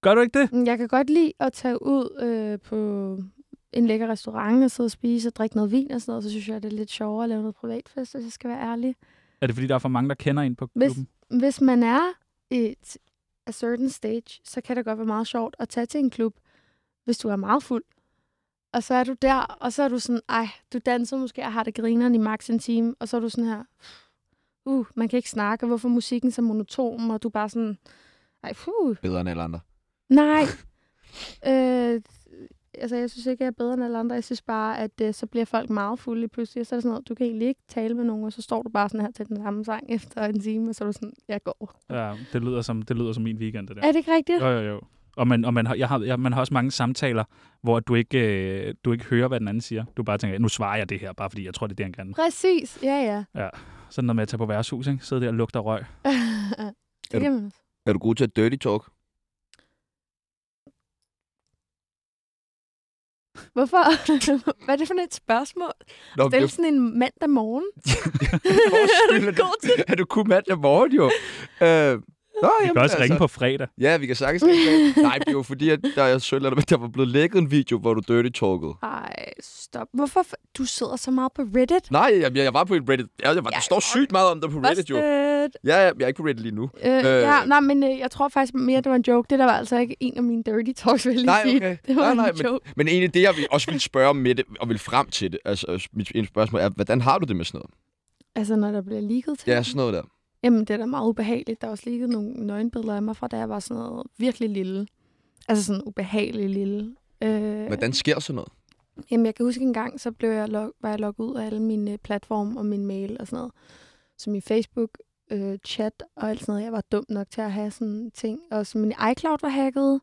Gør du ikke det? Jeg kan godt lide at tage ud øh, på en lækker restaurant og sidde og spise og drikke noget vin og sådan noget. Så synes jeg, det er lidt sjovere at lave noget privatfest, hvis jeg skal være ærlig. Er det fordi, der er for mange, der kender en på klubben? Hvis, hvis man er i et a certain stage, så kan det godt være meget sjovt at tage til en klub, hvis du er meget fuld. Og så er du der, og så er du sådan, ej, du danser måske og har det grineren i max en time, og så er du sådan her, uh, man kan ikke snakke, hvorfor musikken så monoton, og du er bare sådan, ej, puh. Bedre end alle andre. Nej. øh, altså, jeg synes ikke, jeg er bedre end alle andre. Jeg synes bare, at øh, så bliver folk meget fulde pludselig, og så er det sådan noget, du kan egentlig ikke tale med nogen, og så står du bare sådan her til den samme sang efter en time, og så er du sådan, jeg går. Ja, det lyder som, det lyder som min weekend, det der. Er det ikke rigtigt? Jo, jo, jo. Og, man, og man, har, jeg har, jeg, man har også mange samtaler, hvor du ikke, øh, du ikke hører, hvad den anden siger. Du bare tænker, nu svarer jeg det her, bare fordi jeg tror, det er det, han kan. Præcis, ja, ja. Ja, sådan noget med at tage på værtshus, ikke? Sidde der og lugte af røg. det kan man også. Er du god til at dirty talk? Hvorfor? Hvad er det for et spørgsmål? Nå, Det er sådan en mandag morgen. er du god til Er du kun mandag morgen, jo? Øh, Nå, Vi kan også ringe på fredag. Ja, vi kan sagtens ringe på. Nej, det var fordi, at der, jeg så, at der var blevet lækket en video, hvor du dirty talkede. Ej, stop. Hvorfor? f- Du sidder så meget på Reddit. Nej, jeg, jeg var på et Reddit. Jeg, jeg var, der står sygt meget om det på Reddit, jo. Busted. Ja, jeg, jeg er ikke på Reddit lige nu. Øh, Øh. ja, nej, men øh, jeg tror faktisk mere, det var en joke. Det der var altså ikke en af mine dirty talks, vil jeg lige Nej, sige. okay. Det var nej, en nej, men, joke. men egentlig det, jeg vil, også vil spørge om med det, og vil frem til det, altså mit ene spørgsmål er, hvordan har du det med sådan noget? Altså, når der bliver leaget til. Ja, sådan noget der. Jamen, det er da meget ubehageligt. Der er også leaget nogle nøgenbilleder af mig fra, da jeg var sådan noget virkelig lille. Altså sådan ubehageligt lille. Øh, Hvordan sker sådan noget? Jamen, jeg kan huske en gang, så blev jeg log- var jeg logget ud af alle mine platforme og min mail og sådan noget. Så min Facebook, øh, chat og alt sådan noget. Jeg var dum nok til at have sådan ting. Og så min iCloud var hacket.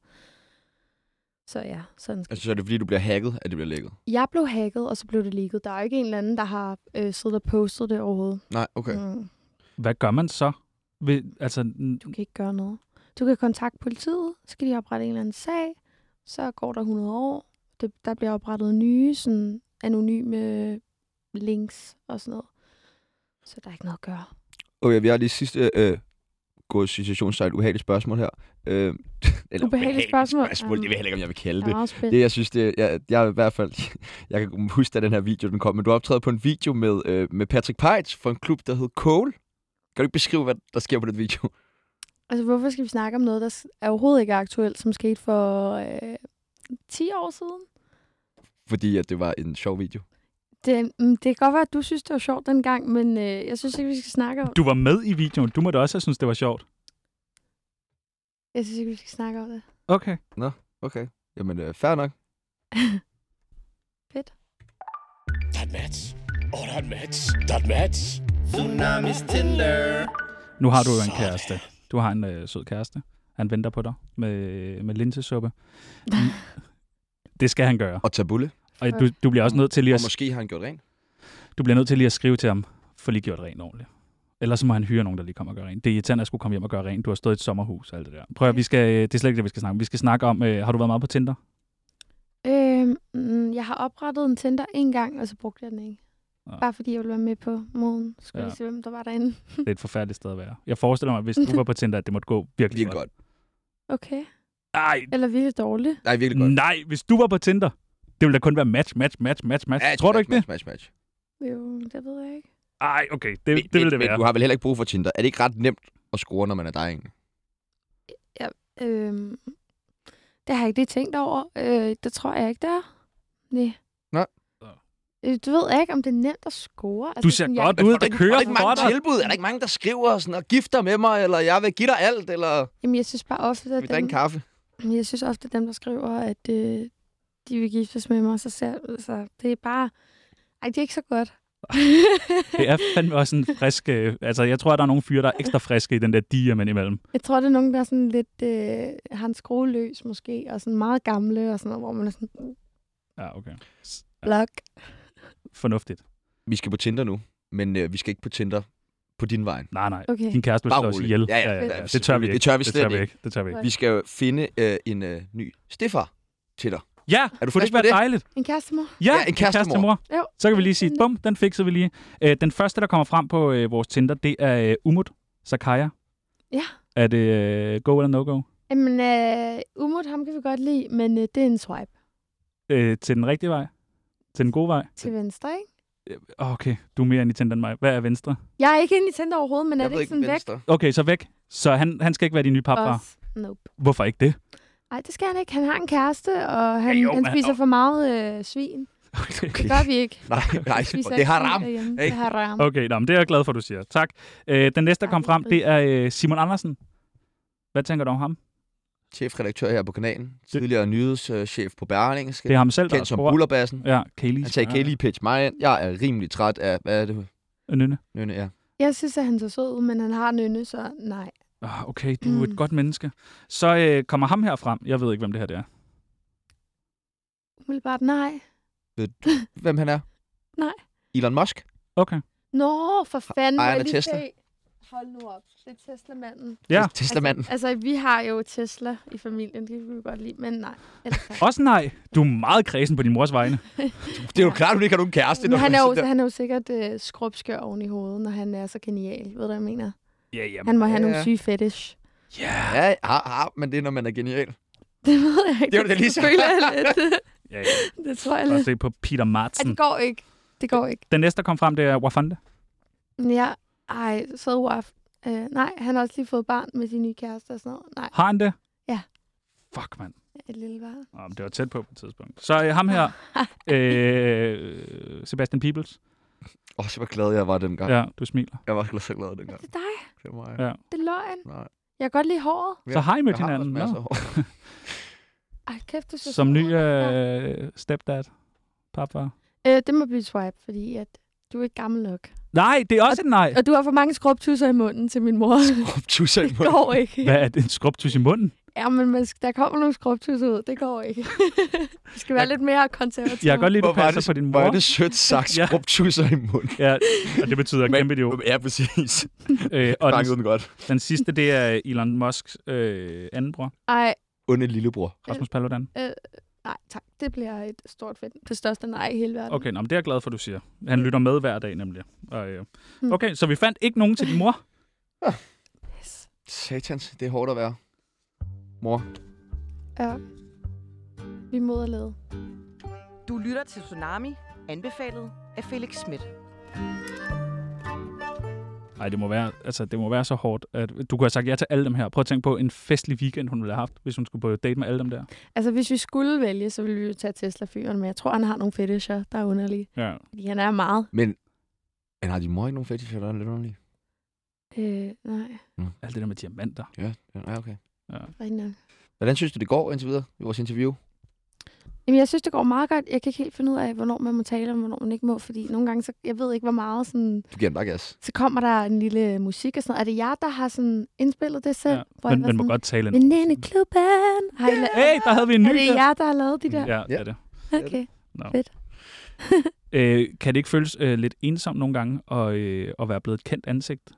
Så ja, sådan skal Altså, så er det fordi, du bliver hacket, at det bliver lækket? Jeg blev hacket, og så blev det leaget. Der er jo ikke en eller anden, der har øh, siddet og postet det overhovedet. Nej, okay. Mm. Hvad gør man så? Ved, altså, Du kan ikke gøre noget. Du kan kontakte politiet, så skal de oprette en eller anden sag. Så går der hundrede år. Det, der bliver oprettet nye, sådan anonyme links og sådan noget. Så der er ikke noget at gøre. Okay, vi har lige sidste øh, gået citationstegn ubehageligt spørgsmål her. Øh, eller Ubehageligt spørgsmål? spørgsmål. Det ved jeg heller ikke, om jeg vil kalde Jeg det. er meget spændt. Det, jeg synes, det jeg, jeg er i hvert fald... Jeg kan huske, at den her video, den kom, men du optræder på en video med, øh, med Patrick Peitz fra en klub, der hed Cole. Kan du ikke beskrive, hvad der sker på den video? Altså, hvorfor skal vi snakke om noget, der s- er overhovedet ikke aktuelt, som skete for øh, ti år siden? Fordi at det var en sjov video. Det, mm, det kan godt være, at du synes, det var sjovt dengang, men øh, jeg synes ikke, vi skal snakke om du var med i videoen. Du må da også have synes det var sjovt. Jeg synes ikke, vi skal snakke om det. Okay. Okay. Jamen, øh, fair nok. Fedt. Der er et match. Åh, oh, der er et match. Der er et match. Tsunamis Tinder. Nu har du jo en Sådan. kæreste. Du har en øh, sød kæreste. Han venter på dig med, med linsesuppe. Det skal han gøre. Og tabule. Og du, du bliver også nødt til lige Og at, måske har han gjort rent. du bliver nødt til lige at skrive til ham, for lige gjort rent ordentligt. Ellers så må han hyre nogen, der lige kommer og gøre rent. Det er irriterende, at jeg skulle komme hjem og gøre rent. Du har stået i et sommerhus og alt det der. Prøv at, vi skal, det er slet ikke det, vi skal snakke om. Vi skal snakke om, øh, har du været meget på Tinder? Øhm, mm, jeg har oprettet en Tinder en gang, og så brugte jeg den ikke. Ja. Bare fordi jeg ville være med på moden. Skulle Ja. ja. lige se, hvem der var derinde. Det er et forfærdeligt sted at være. Jeg forestiller mig, at hvis du var på Tinder, at det måtte gå virkelig Virkelig godt. Okay. Ej, Eller virkelig dårligt. Nej, virkelig godt. nej, hvis du var på Tinder, det ville da kun være match, match, match, match, match. Match, Tror du match, ikke det? match, match, match. Jo, det ved jeg ikke. Ej, okay, det, Men, det ville det men, være. du har vel heller ikke brug for Tinder. Er det ikke ret nemt at score, når man er dig egentlig? Øhm, det har jeg ikke lige tænkt over. Øh, det tror jeg ikke, det er. Nej. Nej. Øh, Du ved ikke, om det er nemt at score. Altså, Du ser sådan, godt jeg, ud, Får du der ikke, kører får du ikke for mange dig. tilbud? Er der ikke mange, der skriver sådan, og gifter med mig, eller jeg vil give dig alt, eller Jamen, jeg synes bare ofte, at vi drikker en dem, kaffe? jeg synes ofte, at dem, der skriver, at øh, de vil giftes med mig, så, ser, så det er bare... Ej, det er ikke så godt. Det er fandme også en frisk... øh, Altså, jeg tror, at der er nogle fyre, der er ekstra friske i den der diamant imellem. Jeg tror, det er nogen, der er sådan lidt... Øh, har en skrue løs måske, og sådan meget gamle, og sådan noget, hvor man er sådan... Ja, okay. Blok. Fornuftigt. Vi skal på Tinder nu, men øh, vi skal ikke på Tinder på din vej. Nej, nej. Okay. Din kæreste vil Bare slå os rolig. ihjel. Ja, ja, ja, ja, ja. Det tør vi ikke. det tør vi det slet tør vi ikke. ikke. Det tør vi ikke. Vi skal jo finde øh, en øh, ny stifar til dig. Ja, Er du kunne det frisk ikke på være det? dejligt? En kærestemor? Ja, Ja, en kærestemor. Jo. Så kan vi lige sige, bum, den fikser vi lige. Øh, den første, der kommer frem på øh, vores Tinder, det er øh, Umut Sakaya. Ja. Er det øh, go eller no-go? Jamen, øh, Umut, ham kan vi godt lide, men øh, det er en swipe. Øh, til den rigtige vej? Til den gode vej? Til venstre, ikke? Okay, du er mere Nintendo end mig. Hvad er venstre? Jeg er ikke inde i Tinder overhovedet, men Jeg er det ved ikke sådan væk? venstre. Okay, så væk. Så han, han skal ikke være din nye papfar? Os. Nope. Hvorfor ikke det? Nej, det skal han ikke. Han har en kæreste, og han, Ja, jo, han men- spiser for meget øh, svin. Okay, Det gør vi ikke. Nej, nej, Vi spiser det ikke har svin ram. derhjemme. Det Ikke? har ram. okay nå, men det er jeg glad for, du siger. Tak. Øh, den næste, der kom frem, det er øh, Simon Andersen. Hvad tænker du om ham? Chefredaktør her på kanalen. Tidligere nyhedschef på Berlingske. Det er ham selv, der Kendt som spurgt. Bullerbassen. Ja, Kaylee. Han sagde, kan I lige pitch mig ind? Jeg er rimelig træt af, hvad er det? Nynne. Nynne, ja. Jeg synes, at han så sød ud, men han har nynne, så nej. Oh, okay, du er et Mm. godt menneske. Så øh, kommer ham her frem. Jeg ved ikke, hvem det her det er. Umiddelbart nej. Ved du, hvem han er? Nej. Elon Musk. Okay. Nå, for fanden. må Ejeren jeg af lige Tesla. se. Hold nu op. Det er Tesla-manden. Ja. Tesla-manden. Altså, altså, vi har jo Tesla i familien. Det kan vi godt lide, men nej. Ellers tak. Også nej. Du er meget kredsen på din mors vegne. Det er jo klart, at du ikke har nogen kæreste. Men når han du er, sådan jo, der. han er jo sikkert øh, skrubskør oven i hovedet, når han er så genial. Ved du, hvad jeg mener? Ja, ja. Han må have Ja. nogle syge fetish. Ja. Ja, har, har, men det er, når man er genial. Det ved jeg ikke. Det er jo det ligesom. føler jeg lidt. ja, ja. Det tror jeg Bare lidt. se på Peter Ej, Martsen. det går ikke. Det går ikke. Den næste, der kom frem, det er Wafande. Ja, ej, så uaf. Øh, nej, han har også lige fået barn med sin nye kæreste og sådan noget. Nej, Har han det? Ja. Fuck, mand. et lille barn. Oh, det var tæt på på et tidspunkt. Så øh, ham her, øh, Sebastian Peebles. Åh, så var glad, jeg var dengang. Ja, du smiler. Jeg var så glad dengang. Det er dig. Det var mig. Ja. Det er løgn. Nej. Jeg kan godt lide håret. Så har I mødt Jeg har hinanden? også masser Nå. af hår. Ej, kæft, du ser Som så ny hård. Ja. øh, stepdad? Papfar? Øh, det må blive swipe, fordi at du er ikke gammel nok. Nej, det er også et nej. Og du har for mange skrubtusser i munden til min mor. Tusser i Det munden. går ikke. Hvad er det? En skrubtus i munden? Ja, men man skal, der kommer nogle skrubtusser ud. Det går ikke. Vi skal være Jeg- lidt mere konservative. Jeg kan godt lide, at du Hvor var passer det, på din hvor mor. er det sødt sagt, Ja. skrubtusser i munden. Ja, og det betyder Men- kæmpe idiot. Ja, præcis. Øh, og Fangede den, den godt. den sidste, det er Elon Musks øh, anden bror, Ej, Onde lillebror. Rasmus Paludan. nej, tak. Det bliver et stort fedt. Det største nej i hele verden. Okay, nå, men det er jeg glad for, du siger. Han lytter med hver dag, nemlig. Og, øh, Hmm. okay, så vi fandt ikke nogen til din mor. Yes. Satans, det er hårdt at være. Mor. Ja. Vi er moderlede. Du lytter til Tsunami, anbefalet af Felix Schmidt. Nej, det må være, altså, det må være så hårdt, at du kunne have sagt ja til alle dem her. Prøv at tænke på en festlig weekend, hun ville have haft, hvis hun skulle på date med alle dem der. Altså, hvis vi skulle vælge, så ville vi jo tage Tesla-fyren, men jeg tror, han har nogle fetisher, der er underlige. Ja. Fordi han er meget. Men, men har din mor ikke nogen fetischer, der er lidt underlige? Øh, nej, Alt det der med diamanter. Ja, ja, okay. Ja. rigtig nok. Hvordan synes du, det går indtil videre i vores interview? Jamen, jeg synes, det går meget godt. Jeg kan ikke helt finde ud af, hvornår man må tale, og hvornår man ikke må, fordi nogle gange, så, jeg ved ikke, hvor meget sådan, Du giver den bare gas. så kommer der en lille musik og sådan noget. Er det jer, der har sådan indspillet det selv? Ja. Hvor jeg Men var man må sådan, godt tale en Venindeklubben! Har I la- Hey, der havde vi en ny. Er det der. jer, der har lavet de der? Ja, det er det. Okay. Nå. Fedt. Øh, kan det ikke føles øh, lidt ensomt nogle gange at, øh, at være blevet et kendt ansigt?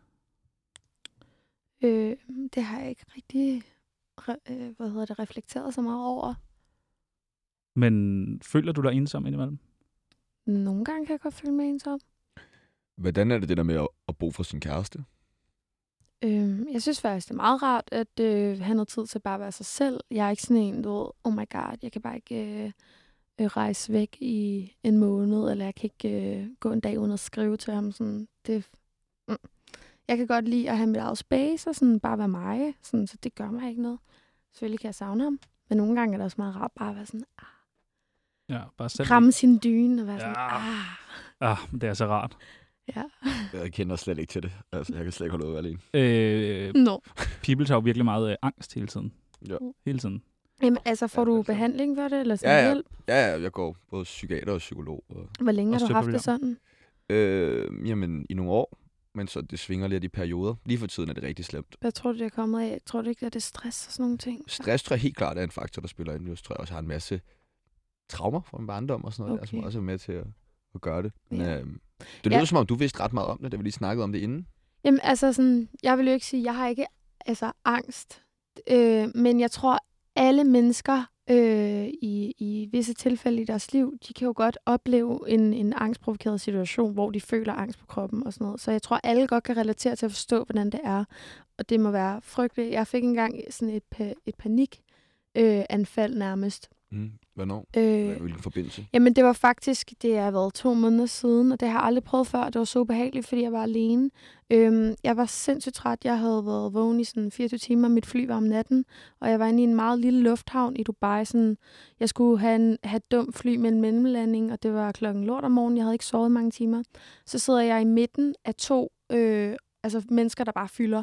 Øh, det har jeg ikke rigtig re- øh, hvad hedder det, reflekteret så meget over. Men føler du dig ensom indimellem? Nogle gange kan jeg godt føle mig ensom. Hvordan er det det der med at, at bo for sin kæreste? Øh, jeg synes faktisk, det er meget rart at øh, have noget tid til bare at være sig selv. Jeg er ikke sådan en, du ved, oh my god, jeg kan bare ikke øh, øh, rejse væk i en måned, eller jeg kan ikke øh, gå en dag uden at skrive til ham. Sådan, det, mm. Jeg kan godt lide at have mit eget space, og sådan bare være mig, sådan, så det gør mig ikke noget. Selvfølgelig kan jeg savne ham, men nogle gange er det også meget rart bare at være sådan, ah, Ja, bare selv. kramme sin dyne og være sådan, Ja. ah, Ah, det er så rart. ja. Jeg kender slet ikke til det. Altså, jeg kan slet ikke holde ud alene. Øh, Nå. People har jo virkelig meget øh, angst hele tiden. Ja. Hele tiden. Jamen, altså, får Ja, du det er klart. behandling for det, eller sådan Ja, ja. hjælp? Ja, ja, jeg går både psykiater og psykolog. Og, Hvor længe har Og du haft det støtteprogram. sådan? øh, jamen, i nogle år. Men så det svinger lidt i perioder. Lige for tiden er det rigtig slemt. Hvad tror du, det er kommet af? Tror du ikke, at det er stress og sådan nogle ting? Stress tror jeg helt klart er en faktor, der spiller ind. Jeg tror jeg også har en masse traumer fra min barndom og sådan noget, Okay. der, som også er med til at, at gøre det. Men, Ja. øh, det lyder Ja. som om, du vidste ret meget om det, da vi lige snakkede om det inden. Jamen, altså sådan, jeg vil jo ikke sige, jeg har ikke altså angst. Øh, men jeg tror, alle mennesker øh, i, i visse tilfælde i deres liv, de kan jo godt opleve en, en angstprovokeret situation, hvor de føler angst på kroppen og sådan noget. Så jeg tror, alle godt kan relatere til at forstå, hvordan det er. Og det må være frygteligt. Jeg fik engang sådan et, pa- et panikanfald øh, anfald nærmest. Mm. Hvornår? Øh, Hvilken forbindelse? Jamen, det var faktisk, det har været to måneder siden, og det har jeg aldrig prøvet før. Det var så ubehageligt, fordi jeg var alene. Øhm, jeg var sindssygt træt. Jeg havde været vågen i sådan fireogtyve timer. Mit fly var om natten, og jeg var inde i en meget lille lufthavn i Dubai. Sådan, jeg skulle have, en, have et dumt fly med en mellemlanding, og det var klokken lort om morgenen. Jeg havde ikke sovet mange timer. Så sidder jeg i midten af to øh, altså mennesker, der bare fylder.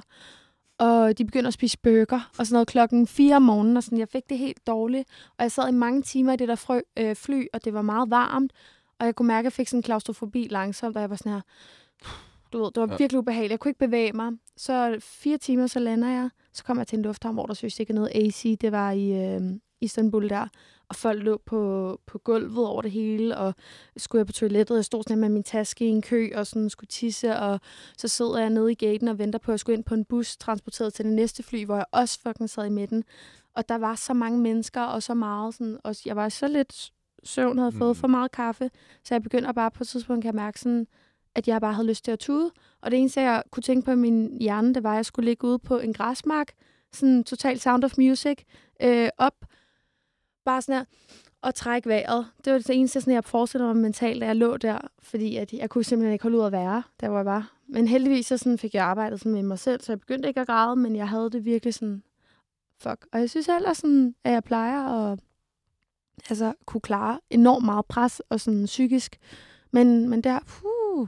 Og de begynder at spise burger, og sådan noget klokken fire om morgenen, og sådan, jeg fik det helt dårligt. Og jeg sad i mange timer i det der frø, øh, fly, og det var meget varmt, og jeg kunne mærke, at jeg fik sådan en klaustrofobi langsomt, og jeg var sådan her, du ved, det var ja. virkelig ubehageligt. Jeg kunne ikke bevæge mig. Så fire timer, så lander jeg, så kommer jeg til en lufthavn, hvor der synes ikke noget A C, det var i øh, Istanbul der, og folk lå på, på gulvet over det hele, og skulle jeg på toilettet, jeg stod sådan med min taske i en kø, og sådan skulle tisse, og så sidder jeg nede i gaten og venter på, at jeg skulle ind på en bus, transporteret til det næste fly, hvor jeg også fucking sad i midten. Og der var så mange mennesker, og så meget sådan, og jeg var så lidt søvn, havde fået for meget kaffe, så jeg begyndte bare på et tidspunkt, kan jeg mærke sådan, at jeg bare havde lyst til at tude. Og det eneste, jeg kunne tænke på i min hjerne, det var, at jeg skulle ligge ude på en græsmark, sådan total Sound of Music, øh, op, bare sådan her, og trække vejret. Det var det eneste, sådan, jeg forestillede mig mentalt, da jeg lå der, fordi at jeg kunne simpelthen ikke holde ud at være, der hvor jeg var. Men heldigvis så sådan, fik jeg arbejdet sådan med mig selv, så jeg begyndte ikke at græde, men jeg havde det virkelig sådan, fuck. Og jeg synes ellers, sådan, at jeg plejer at altså, kunne klare enormt meget pres og sådan psykisk. Men, men der, puh.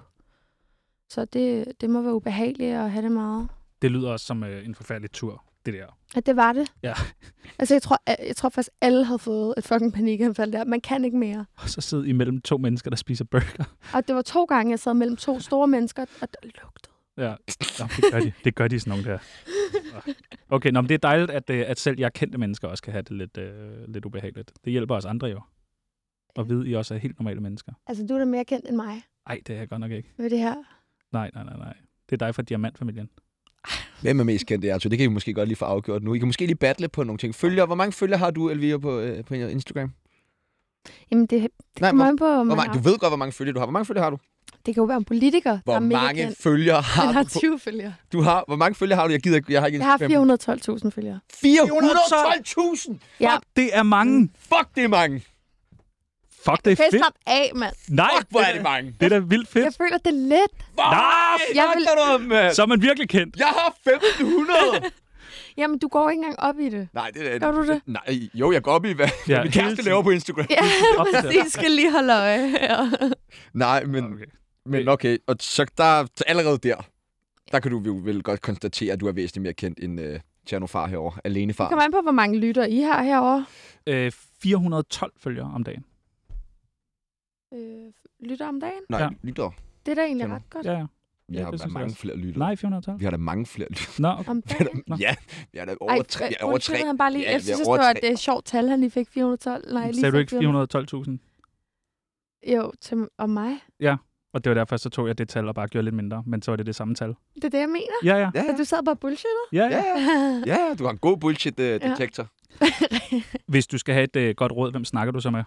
Så det, det må være ubehageligt at have det meget. Det lyder også som øh, en forfærdelig tur, det der. Ja, det var det. Ja. Altså, jeg tror, jeg, jeg tror faktisk, alle havde fået et fucking panikanfald der. Man kan ikke mere. Og så sidde imellem to mennesker, der spiser burger. Og det var to gange, jeg sad mellem to store mennesker, og der lugtede. Ja, Nå, det gør de. Det gør de sådan nogle der. Okay, nå, men det er dejligt, at, at selv jeg kendte mennesker også kan have det lidt, øh, lidt ubehageligt. Det hjælper os andre jo. Og vide, I også er helt normale mennesker. Altså, du er da mere kendt end mig. Nej, det er jeg godt nok ikke. Ved det her? Nej, nej, nej, nej. Det er dig fra Diamantfamilien. Hvem er mest kendt, Erto? Det kan I måske godt lige få afgjort nu. I kan måske lige battle på nogle ting. Følger, hvor mange følger har du, Elvira, på, øh, på Instagram? Jamen, det, det Nej, kommer hvor, an på... hvor mange, du ved godt, hvor mange følger du har. Hvor mange følger har du? Det kan jo være en politiker, hvor der er mega mange kendt. følgere har Han har du? tyve følgere. Du har, hvor mange følgere har du? Jeg gider ikke, jeg har ikke Jeg har fire hundrede og tolv tusind følgere. fire hundrede og tolv tusind? Ja. Det er mange. Fuck, det er mange. Fuck, det er Fest fedt. af, mand. Nej, Fuck, hvor er det mange. Det er da vildt fedt. Jeg føler, det er let. Nej, jeg vil... du om, mand. Så er man virkelig kendt. Jeg har femten hundrede. Jamen, du går ikke engang op i det. Nej, det er Gør du det? Nej, jo, jeg går op i, hvad Ja, ja, min kæreste laver på Instagram. Ja, præcis. skal lige holde øje. Ja. Nej, men Okay. Men okay, og så der, så allerede der, der kan du jo vel godt konstatere, at du er væsentligt mere kendt end uh, Tjernofar herovre. Alenefar. Det kommer an på, hvor mange lytter I har herovre. Øh, fire hundrede og tolv følgere om dagen. Øh, lytter om dagen? Nej, Ja. lytter. Det er da egentlig Tjano. ret godt. Ja, ja. Vi Ja, har det da synes jeg mange også. flere lytter. Nej, fire hundrede og tolv. Vi har da mange flere lytter. Nå, okay. Om dagen? Nå. Ja, vi har da over Ej, tre. Vi er øh, over undskyld, tre. han bare lige. Ja, Jeg vi er synes, det over var tre. et uh, sjovt tal, han lige fik fire hundrede og tolv. Nej, lige Sagde du fik ikke fire hundrede og tolv tusind? Jo, til, om mig. Og det var derfor, så tog jeg det tal og bare gjorde lidt mindre. Men så var det det samme tal. Det er det, jeg mener. Ja, ja. Ja, Så du sad bare bullshitter? Ja, ja, ja. ja. Ja, du har en god bullshit-detektor. Hvis du skal have et øh, godt råd, hvem snakker du så med?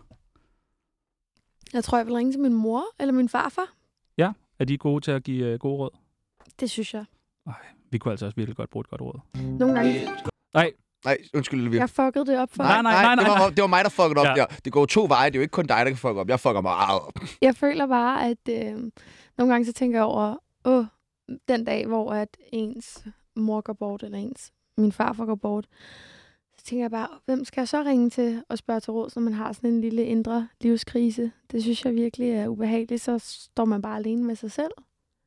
Jeg tror, jeg vil ringe til min mor eller min farfar. Er de gode til at give øh, gode råd? Det synes jeg. Vi kunne altså også virkelig godt bruge et godt råd. Nogle gange. Nej, Nej, undskyld, Elvira. Jeg fuckede det op for Nej, nej, nej, nej, det, var, nej. det var mig, der fuckede op Ja. der. Det går to veje. Det er jo ikke kun dig, der kan fucke op. Jeg fucker meget op. Jeg føler bare, at øh, nogle gange så tænker jeg over, åh, den dag, hvor at ens mor går bort, eller ens min farfar går bort, så tænker jeg bare, hvem skal jeg så ringe til og spørge til råd, når man har sådan en lille indre livskrise? Det synes jeg virkelig er ubehageligt. Så står man bare alene med sig selv.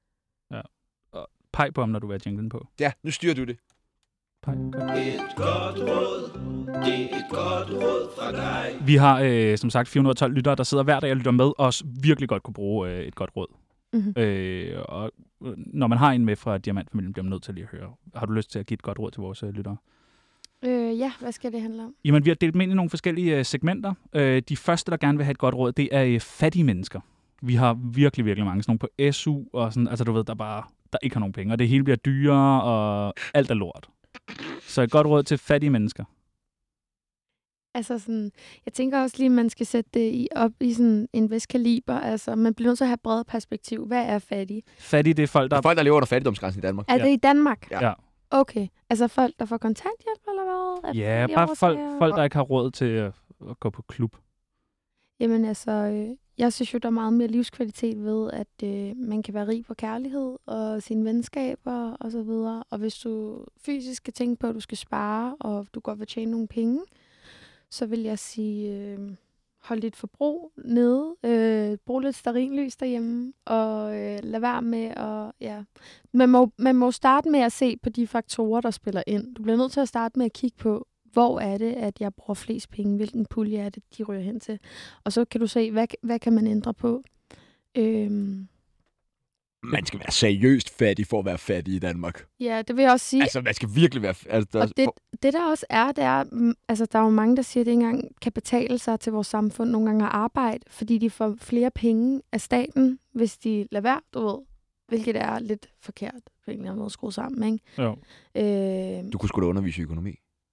peg på ham, når du vil have jinglen på. Ja, nu styrer du det. Peg. Godt. Et godt råd, det er et godt råd fra dig. Vi har øh, som sagt fire hundrede og tolv lyttere, der sidder hver dag og lytter med, og også virkelig godt kunne bruge øh, et godt råd. Mm-hmm. Øh, og øh, når man har en med fra Diamantfamilien, bliver man nødt til at lige at høre. Har du lyst til at give et godt råd til vores øh, lyttere? Øh, ja, hvad skal det handle om? Jamen, vi har delt dem ind i nogle forskellige øh, segmenter. Øh, de første, der gerne vil have et godt råd, det er øh, fattige mennesker. Vi har virkelig, virkelig mange. Sådan nogle på S U, og sådan, altså du ved, der bare der ikke har nogen penge. Og det hele bliver dyrere, og alt er lort. Så et godt råd til fattige mennesker. Altså sådan, jeg tænker også lige, at man skal sætte det i, op i sådan en vis kaliber. Altså, man bliver nødt til at have et bredt perspektiv. Hvad er fattige? Fattige, det er folk, der... Der er folk, der lever under fattigdomsgrænsen i Danmark. Er Ja. det i Danmark? Ja. Ja. Okay. Altså folk, der får kontanthjælp, eller hvad? Er Ja, det bare årsager? folk, folk, der ikke har råd til at, at gå på klub. Jamen altså, øh, jeg synes jo, der er meget mere livskvalitet ved, at øh, man kan være rig på kærlighed og sine venskaber og så videre. Og hvis du fysisk skal tænke på, at du skal spare, og du godt vil tjene nogle penge, så vil jeg sige, øh, hold dit forbrug nede, øh, brug lidt stearinlys derhjemme, og øh, lad være med at, ja. Man må, man må starte med at se på de faktorer, der spiller ind. Du bliver nødt til at starte med at kigge på, hvor er det, at jeg bruger flest penge? Hvilken pulje er det, de ryger hen til? Og så kan du se, hvad, hvad kan man ændre på? Øhm, Man skal være seriøst fattig for at være fattig i Danmark. ja, det vil jeg også sige. Altså, man skal virkelig være... Altså, der, Og det, det der også er, det er, mm, altså der er jo mange, der siger, at det ikke engang kan betale sig til vores samfund nogle gange at arbejde, fordi de får flere penge af staten, hvis de lader være, du ved. Hvilket er lidt forkert på en eller anden måde at skrue sammen, ikke? Jo. Øh, Du kunne sgu da undervise i økonomi.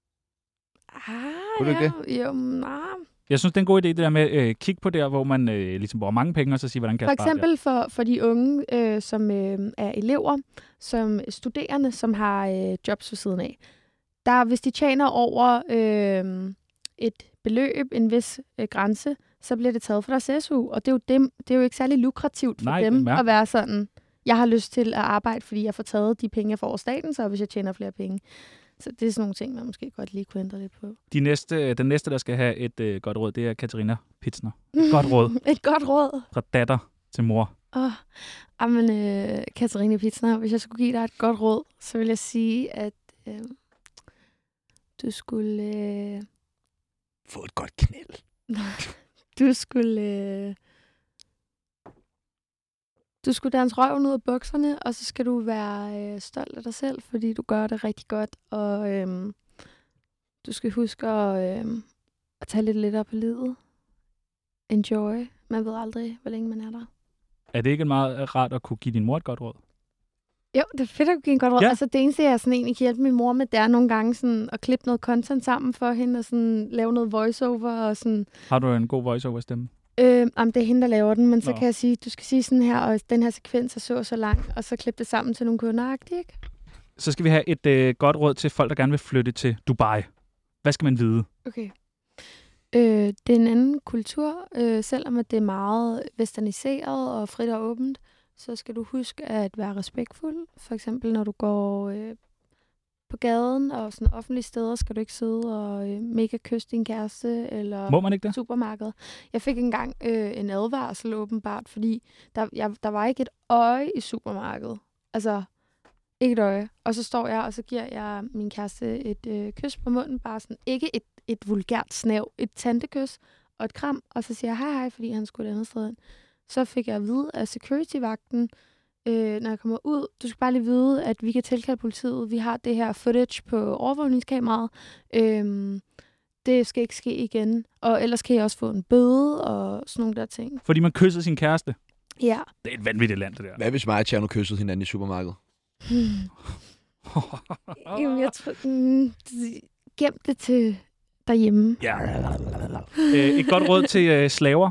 ah, Kunne du ja, ikke jo, nah. Jeg synes, det er en god idé, det der med at øh, kigge på der, hvor man øh, ligesom bruger mange penge, og så sige, hvordan kan For jeg spare eksempel for, for de unge, øh, som øh, er elever, som studerende, som har øh, jobs ved siden af. Der, hvis de tjener over øh, et beløb, en vis øh, grænse, så bliver det taget fra deres S U. Og det er jo, dem, det er jo ikke særlig lukrativt for Nej, dem det er at være sådan, jeg har lyst til at arbejde, fordi jeg får taget de penge, jeg får over staten, så hvis jeg tjener flere penge. Så det er sådan nogle ting, man måske godt lige kunne ændre lidt på. De næste, den næste, der skal have et øh, godt råd, det er Katarina Pitsner. Et godt råd Et godt råd. fra datter til mor. Åh, oh, jamen, øh, Katarina Pitsner, hvis jeg skulle give dig et godt råd, så vil jeg sige, at øh, du skulle... Øh, Få et godt knæld. du skulle... Øh, du skulle danse røven ud af bukserne, og så skal du være øh, stolt af dig selv, fordi du gør det rigtig godt. Og øh, du skal huske at, øh, at tage lidt lettere på livet. Enjoy. Man ved aldrig, hvor længe man er der. Er det ikke meget rart at kunne give din mor et godt råd? Jo, det er fedt at kunne give en godt råd. Ja. Altså, det eneste, jeg sådan egentlig kan hjælpe min mor med, det er nogle gange sådan, at klippe noget content sammen for hende, og sådan, lave noget voiceover. Og sådan. Har du en god voiceover-stemme? Øh, jamen, det er hende, der laver den, men så Nå. kan jeg sige, du skal sige sådan her, og den her sekvens er så så lang, og så klippe det sammen til nogle kunder, ikke? Så skal vi have et øh, godt råd til folk, der gerne vil flytte til Dubai. Hvad skal man vide? Okay. Øh, det er en anden kultur, øh, selvom at det er meget westerniseret og frit og åbent, så skal du huske at være respektfuld. For eksempel, når du går øh, på gaden og sådan offentlige steder, skal du ikke sidde og øh, mega kysse din kæreste eller Må man ikke det? supermarked. Jeg fik engang øh, en advarsel åbenbart, fordi der, jeg, der var ikke et øje i supermarkedet. Altså, ikke et øje. Og så står jeg, og så giver jeg min kæreste et øh, kys på munden, bare sådan, ikke et, et vulgært snæv, et tantekys og et kram, og så siger jeg hej hej, fordi han skulle et andet sted hen. Så fik jeg at vide af security-vagten, øh, når jeg kommer ud, du skal bare lige vide, at vi kan tilkalde politiet. Vi har det her footage på overvågningskameraet. Øh, det skal ikke ske igen. Og ellers kan jeg også få en bøde og sådan nogle der ting. Fordi man kysser sin kæreste. Ja. Det er et vanvittigt land, det der. Hvad hvis mig og Tjerno kyssede hinanden i supermarkedet? Hmm. Jamen, jeg tror, mm, gem det til derhjemme. Ja. øh, et godt råd til øh, slaver.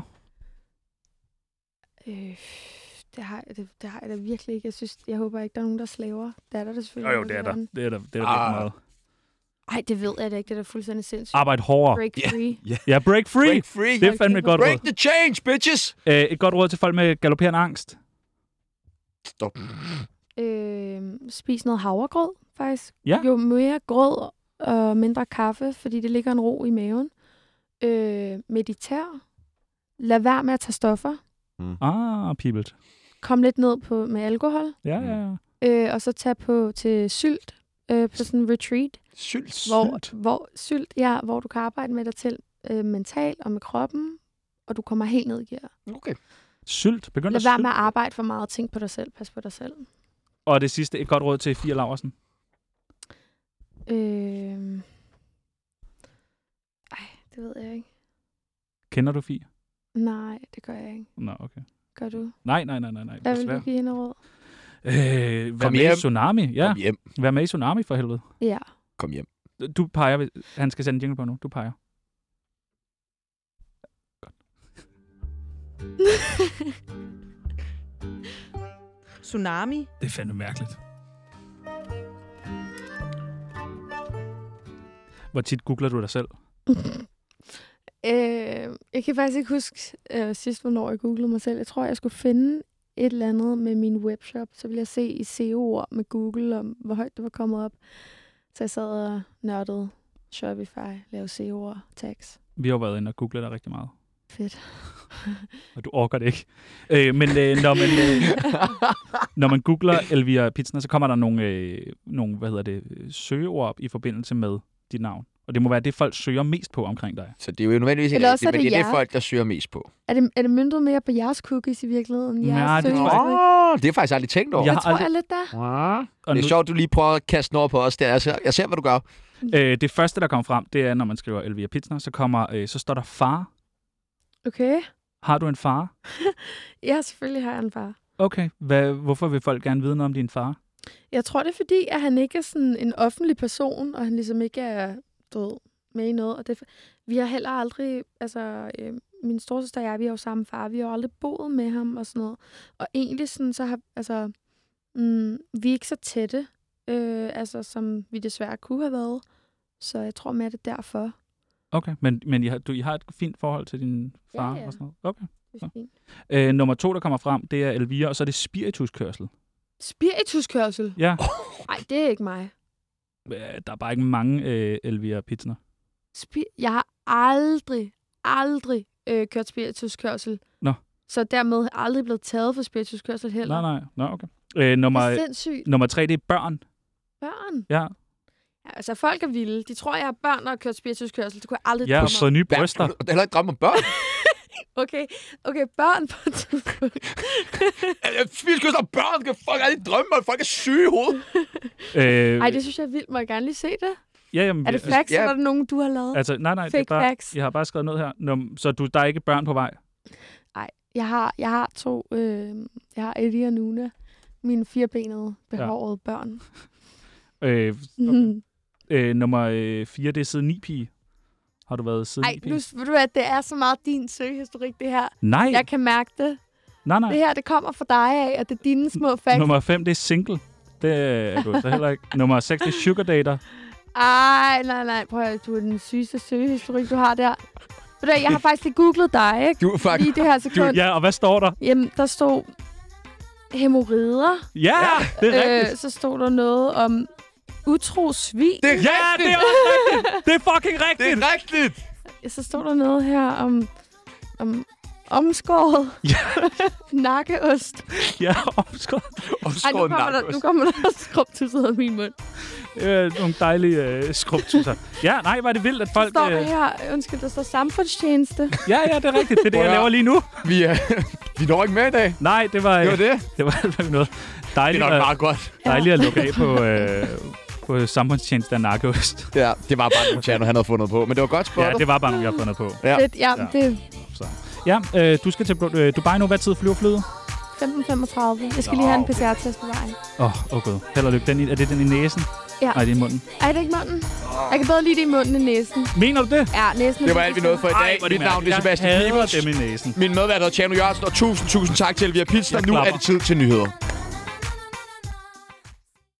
Øh, det, har, det, det har jeg da virkelig ikke. Jeg synes, jeg håber ikke, der er nogen, der slaver. Det er der, der Jo, selvfølgelig. jo, det er der. Det er der, det er der Ah. ah. meget. Ej, det ved jeg da ikke. Det er da fuldstændig sindssygt. Arbejde hårdere. Break Ja. free. Ja, break free. Break free! Det er fandme et godt Break råd. the change, bitches! Øh, et godt råd til folk med galopperende angst. Stop. Øh, spis noget havregrød, faktisk. Ja. Jo mere grød og mindre kaffe, fordi det ligger en ro i maven. Øh, mediter. Lad være med at tage stoffer. Ah, pibelt. Kom lidt ned på med alkohol. Ja, ja, ja. Øh, og så tage på til sylt. Øh, på sådan en retreat. Sylt. Hvor, hvor, sylt, ja, hvor du kan arbejde med dig til øh, mentalt og med kroppen. Og du kommer helt ned i gear. Okay. Sylt. Begynd Lad at være sylte. med at arbejde for meget. Tænk på dig selv. Pas på dig selv. Og det sidste, et godt råd til Fie Laursen. Øh... Ej, det ved jeg ikke. Kender du Fie? Nej, det gør jeg ikke. Nå, okay. Gør du? Nej, nej, nej, nej, nej. Hvad vil desværre. du give hende råd? Øh, vær Kom med hjem. i Tsunami. Ja, Kom hjem. vær med i Tsunami for helvede. Ja. Kom hjem. Du peger, han skal sende en jingle på nu. Du peger. Tsunami. Det er fandme mærkeligt. Hvor tit googler du dig selv? øh, jeg kan faktisk ikke huske øh, sidst, hvornår jeg googlede mig selv. Jeg tror, jeg skulle finde et eller andet med min webshop. Så ville jeg se i S E O-ord med Google, om hvor højt det var kommet op. Så jeg sad og nørdede Shopify, lavede S E O-ord, tags. Vi har været inde og google dig rigtig meget. Fedt. Og du orker det ikke. Øh, men øh, når, man, øh, når man googler Elvira Pitsner, så kommer der nogle, øh, nogle hvad hedder det, søgeord op i forbindelse med dit navn. Og det må være det, folk søger mest på omkring dig. Så det er jo nødvendigvis ikke Eller også det, er men det det er det, jer. folk, der søger mest på. Er det, er det møntet mere på jeres cookies i virkeligheden? Nej, Jeres det tror jeg søgehistorik? Åh, det er jeg faktisk aldrig tænkt over. Jeg Jeg har tror, aldrig- jeg er lidt der. Ah. Og Det er nu, sjovt, du lige prøver at kaste noget på os der. Jeg ser, jeg ser hvad du gør. øh, det første, der kommer frem, det er, når man skriver Elvira Pitsner, så, kommer, øh, så står der far. Okay. Har du en far? Ja, selvfølgelig har jeg en far. Okay. Hvad, hvorfor vil folk gerne vide noget om din far? Jeg tror, det er fordi, at han ikke er sådan en offentlig person, og han ligesom ikke er død med i noget. Og det, vi har heller aldrig, altså øh, min storesøster og jeg, vi har jo samme far, vi har jo aldrig boet med ham og sådan noget. Og egentlig sådan, så har, altså, mm, vi er ikke så tætte, øh, altså som vi desværre kunne have været. Så jeg tror mere, det er derfor. Okay, men, men I, har, du, I har et fint forhold til din far? Ja, ja. Og sådan noget? Okay. Det er fint. Øh, nummer to, der kommer frem, det er Elvira, og så er det spirituskørsel. Spirituskørsel? Ja. Nej, det er ikke mig. Øh, Der er bare ikke mange øh, Elvira Pitsner. Spi- jeg har aldrig, aldrig øh, kørt spirituskørsel. Nå. Så dermed aldrig blevet taget for spirituskørsel heller. Nej, nej. Nå, okay. Øh, Det nummer, er sindssygt. nummer tre, det er børn. Børn? Ja, Ja, altså, folk er vilde. De tror, jeg har børn, der har kørt spirituskørsel. Det kunne jeg aldrig ja drømme og så om. nye bryster. Du har heller ikke drømt om børn. Okay, okay, børn på et tidspunkt. Vi skal om børn. Skal folk aldrig drømme om. Folk er syge i hovedet. Øh, Ej, det synes jeg er vildt. Må jeg gerne lige se det? ja, jamen, Er det altså, facts, ja. eller er det nogen, du har lavet? altså, nej, nej, det er Fake bare, facts. jeg har bare skrevet noget her. Num, så du, der er ikke børn på vej? Jeg har, jeg har to. Øh, jeg har Eddie og Nuna. Mine firebenede, behårede ja. børn. Øh, Mhm. øh, nummer øh, fire, det er side ni pige. Har du været side Ej, ni pige? nu ved du hvad, det er så meget din søgehistorik, det her. Nej, Jeg kan mærke det. nej, nej. Det her, det kommer fra dig af, og det er dine små facts. Nummer fem, det er single. Det er du så heller ikke. Nummer seks, det er sugar dater. Ej, nej, nej. Prøv at du er den sygeste søgehistorik, du har der. Ved du, jeg har faktisk lige googlet dig, ikke? Du er faktisk... Lige det her sekund. Ja, og hvad står der? Jamen, der stod hæmorider. Ja, det er rigtigt. Øh, så stod der noget om utro svin. Det er Ja, det er også rigtigt. Det er fucking Det rigtigt. er rigtigt. Så stod der noget her om, om omskåret nakkeost. Ja, omskåret. Og Ej, nu kommer, der, nu kommer der skrubtus ud af min mund. Øh, nogle dejlige øh, skrubtusser. Ja, nej, var det vildt, at folk... Der står der Øh, her, undskyld, der står samfundstjeneste. ja, ja, det er rigtigt. Det er det, jeg laver lige nu. Vi, er, vi når ikke med i dag. Nej, det var, Det var øh, det. det var noget Det dejligt, er nok at, meget godt. dejligt at lukke af på, øh, på samfundstjeneste af narkost. Ja, det var bare Luciano, han havde fundet på. Men det var godt Ja, spottet. det var bare noget, jeg har fundet på. Ja. Fedt, ja, Ja. det er Så. Ja, øh, du skal til øh, Dubai nu. Hvad tid flyver flyet? femten femogtredive. Jeg skal Nå, lige have en okay. P C R-test på vejen. Åh, oh, oh gud. Held og lykke. Den i, er det den i næsen? Ja. Nej, det er i munden. Ej, det er ikke munden. Jeg kan bedre lide det i munden end næsen. Mener du det? Ja, næsen. Det var alt, vi nåede for i dag. hvor Mit navn er mærkeligt. Sebastian Jeg hader Pibels. dem i næsen. Min medvært hedder Tjano Jørgensen, og tusind, tusind tak til Elvira Pitsner. Jeg Nu er klapper. det tid til nyheder.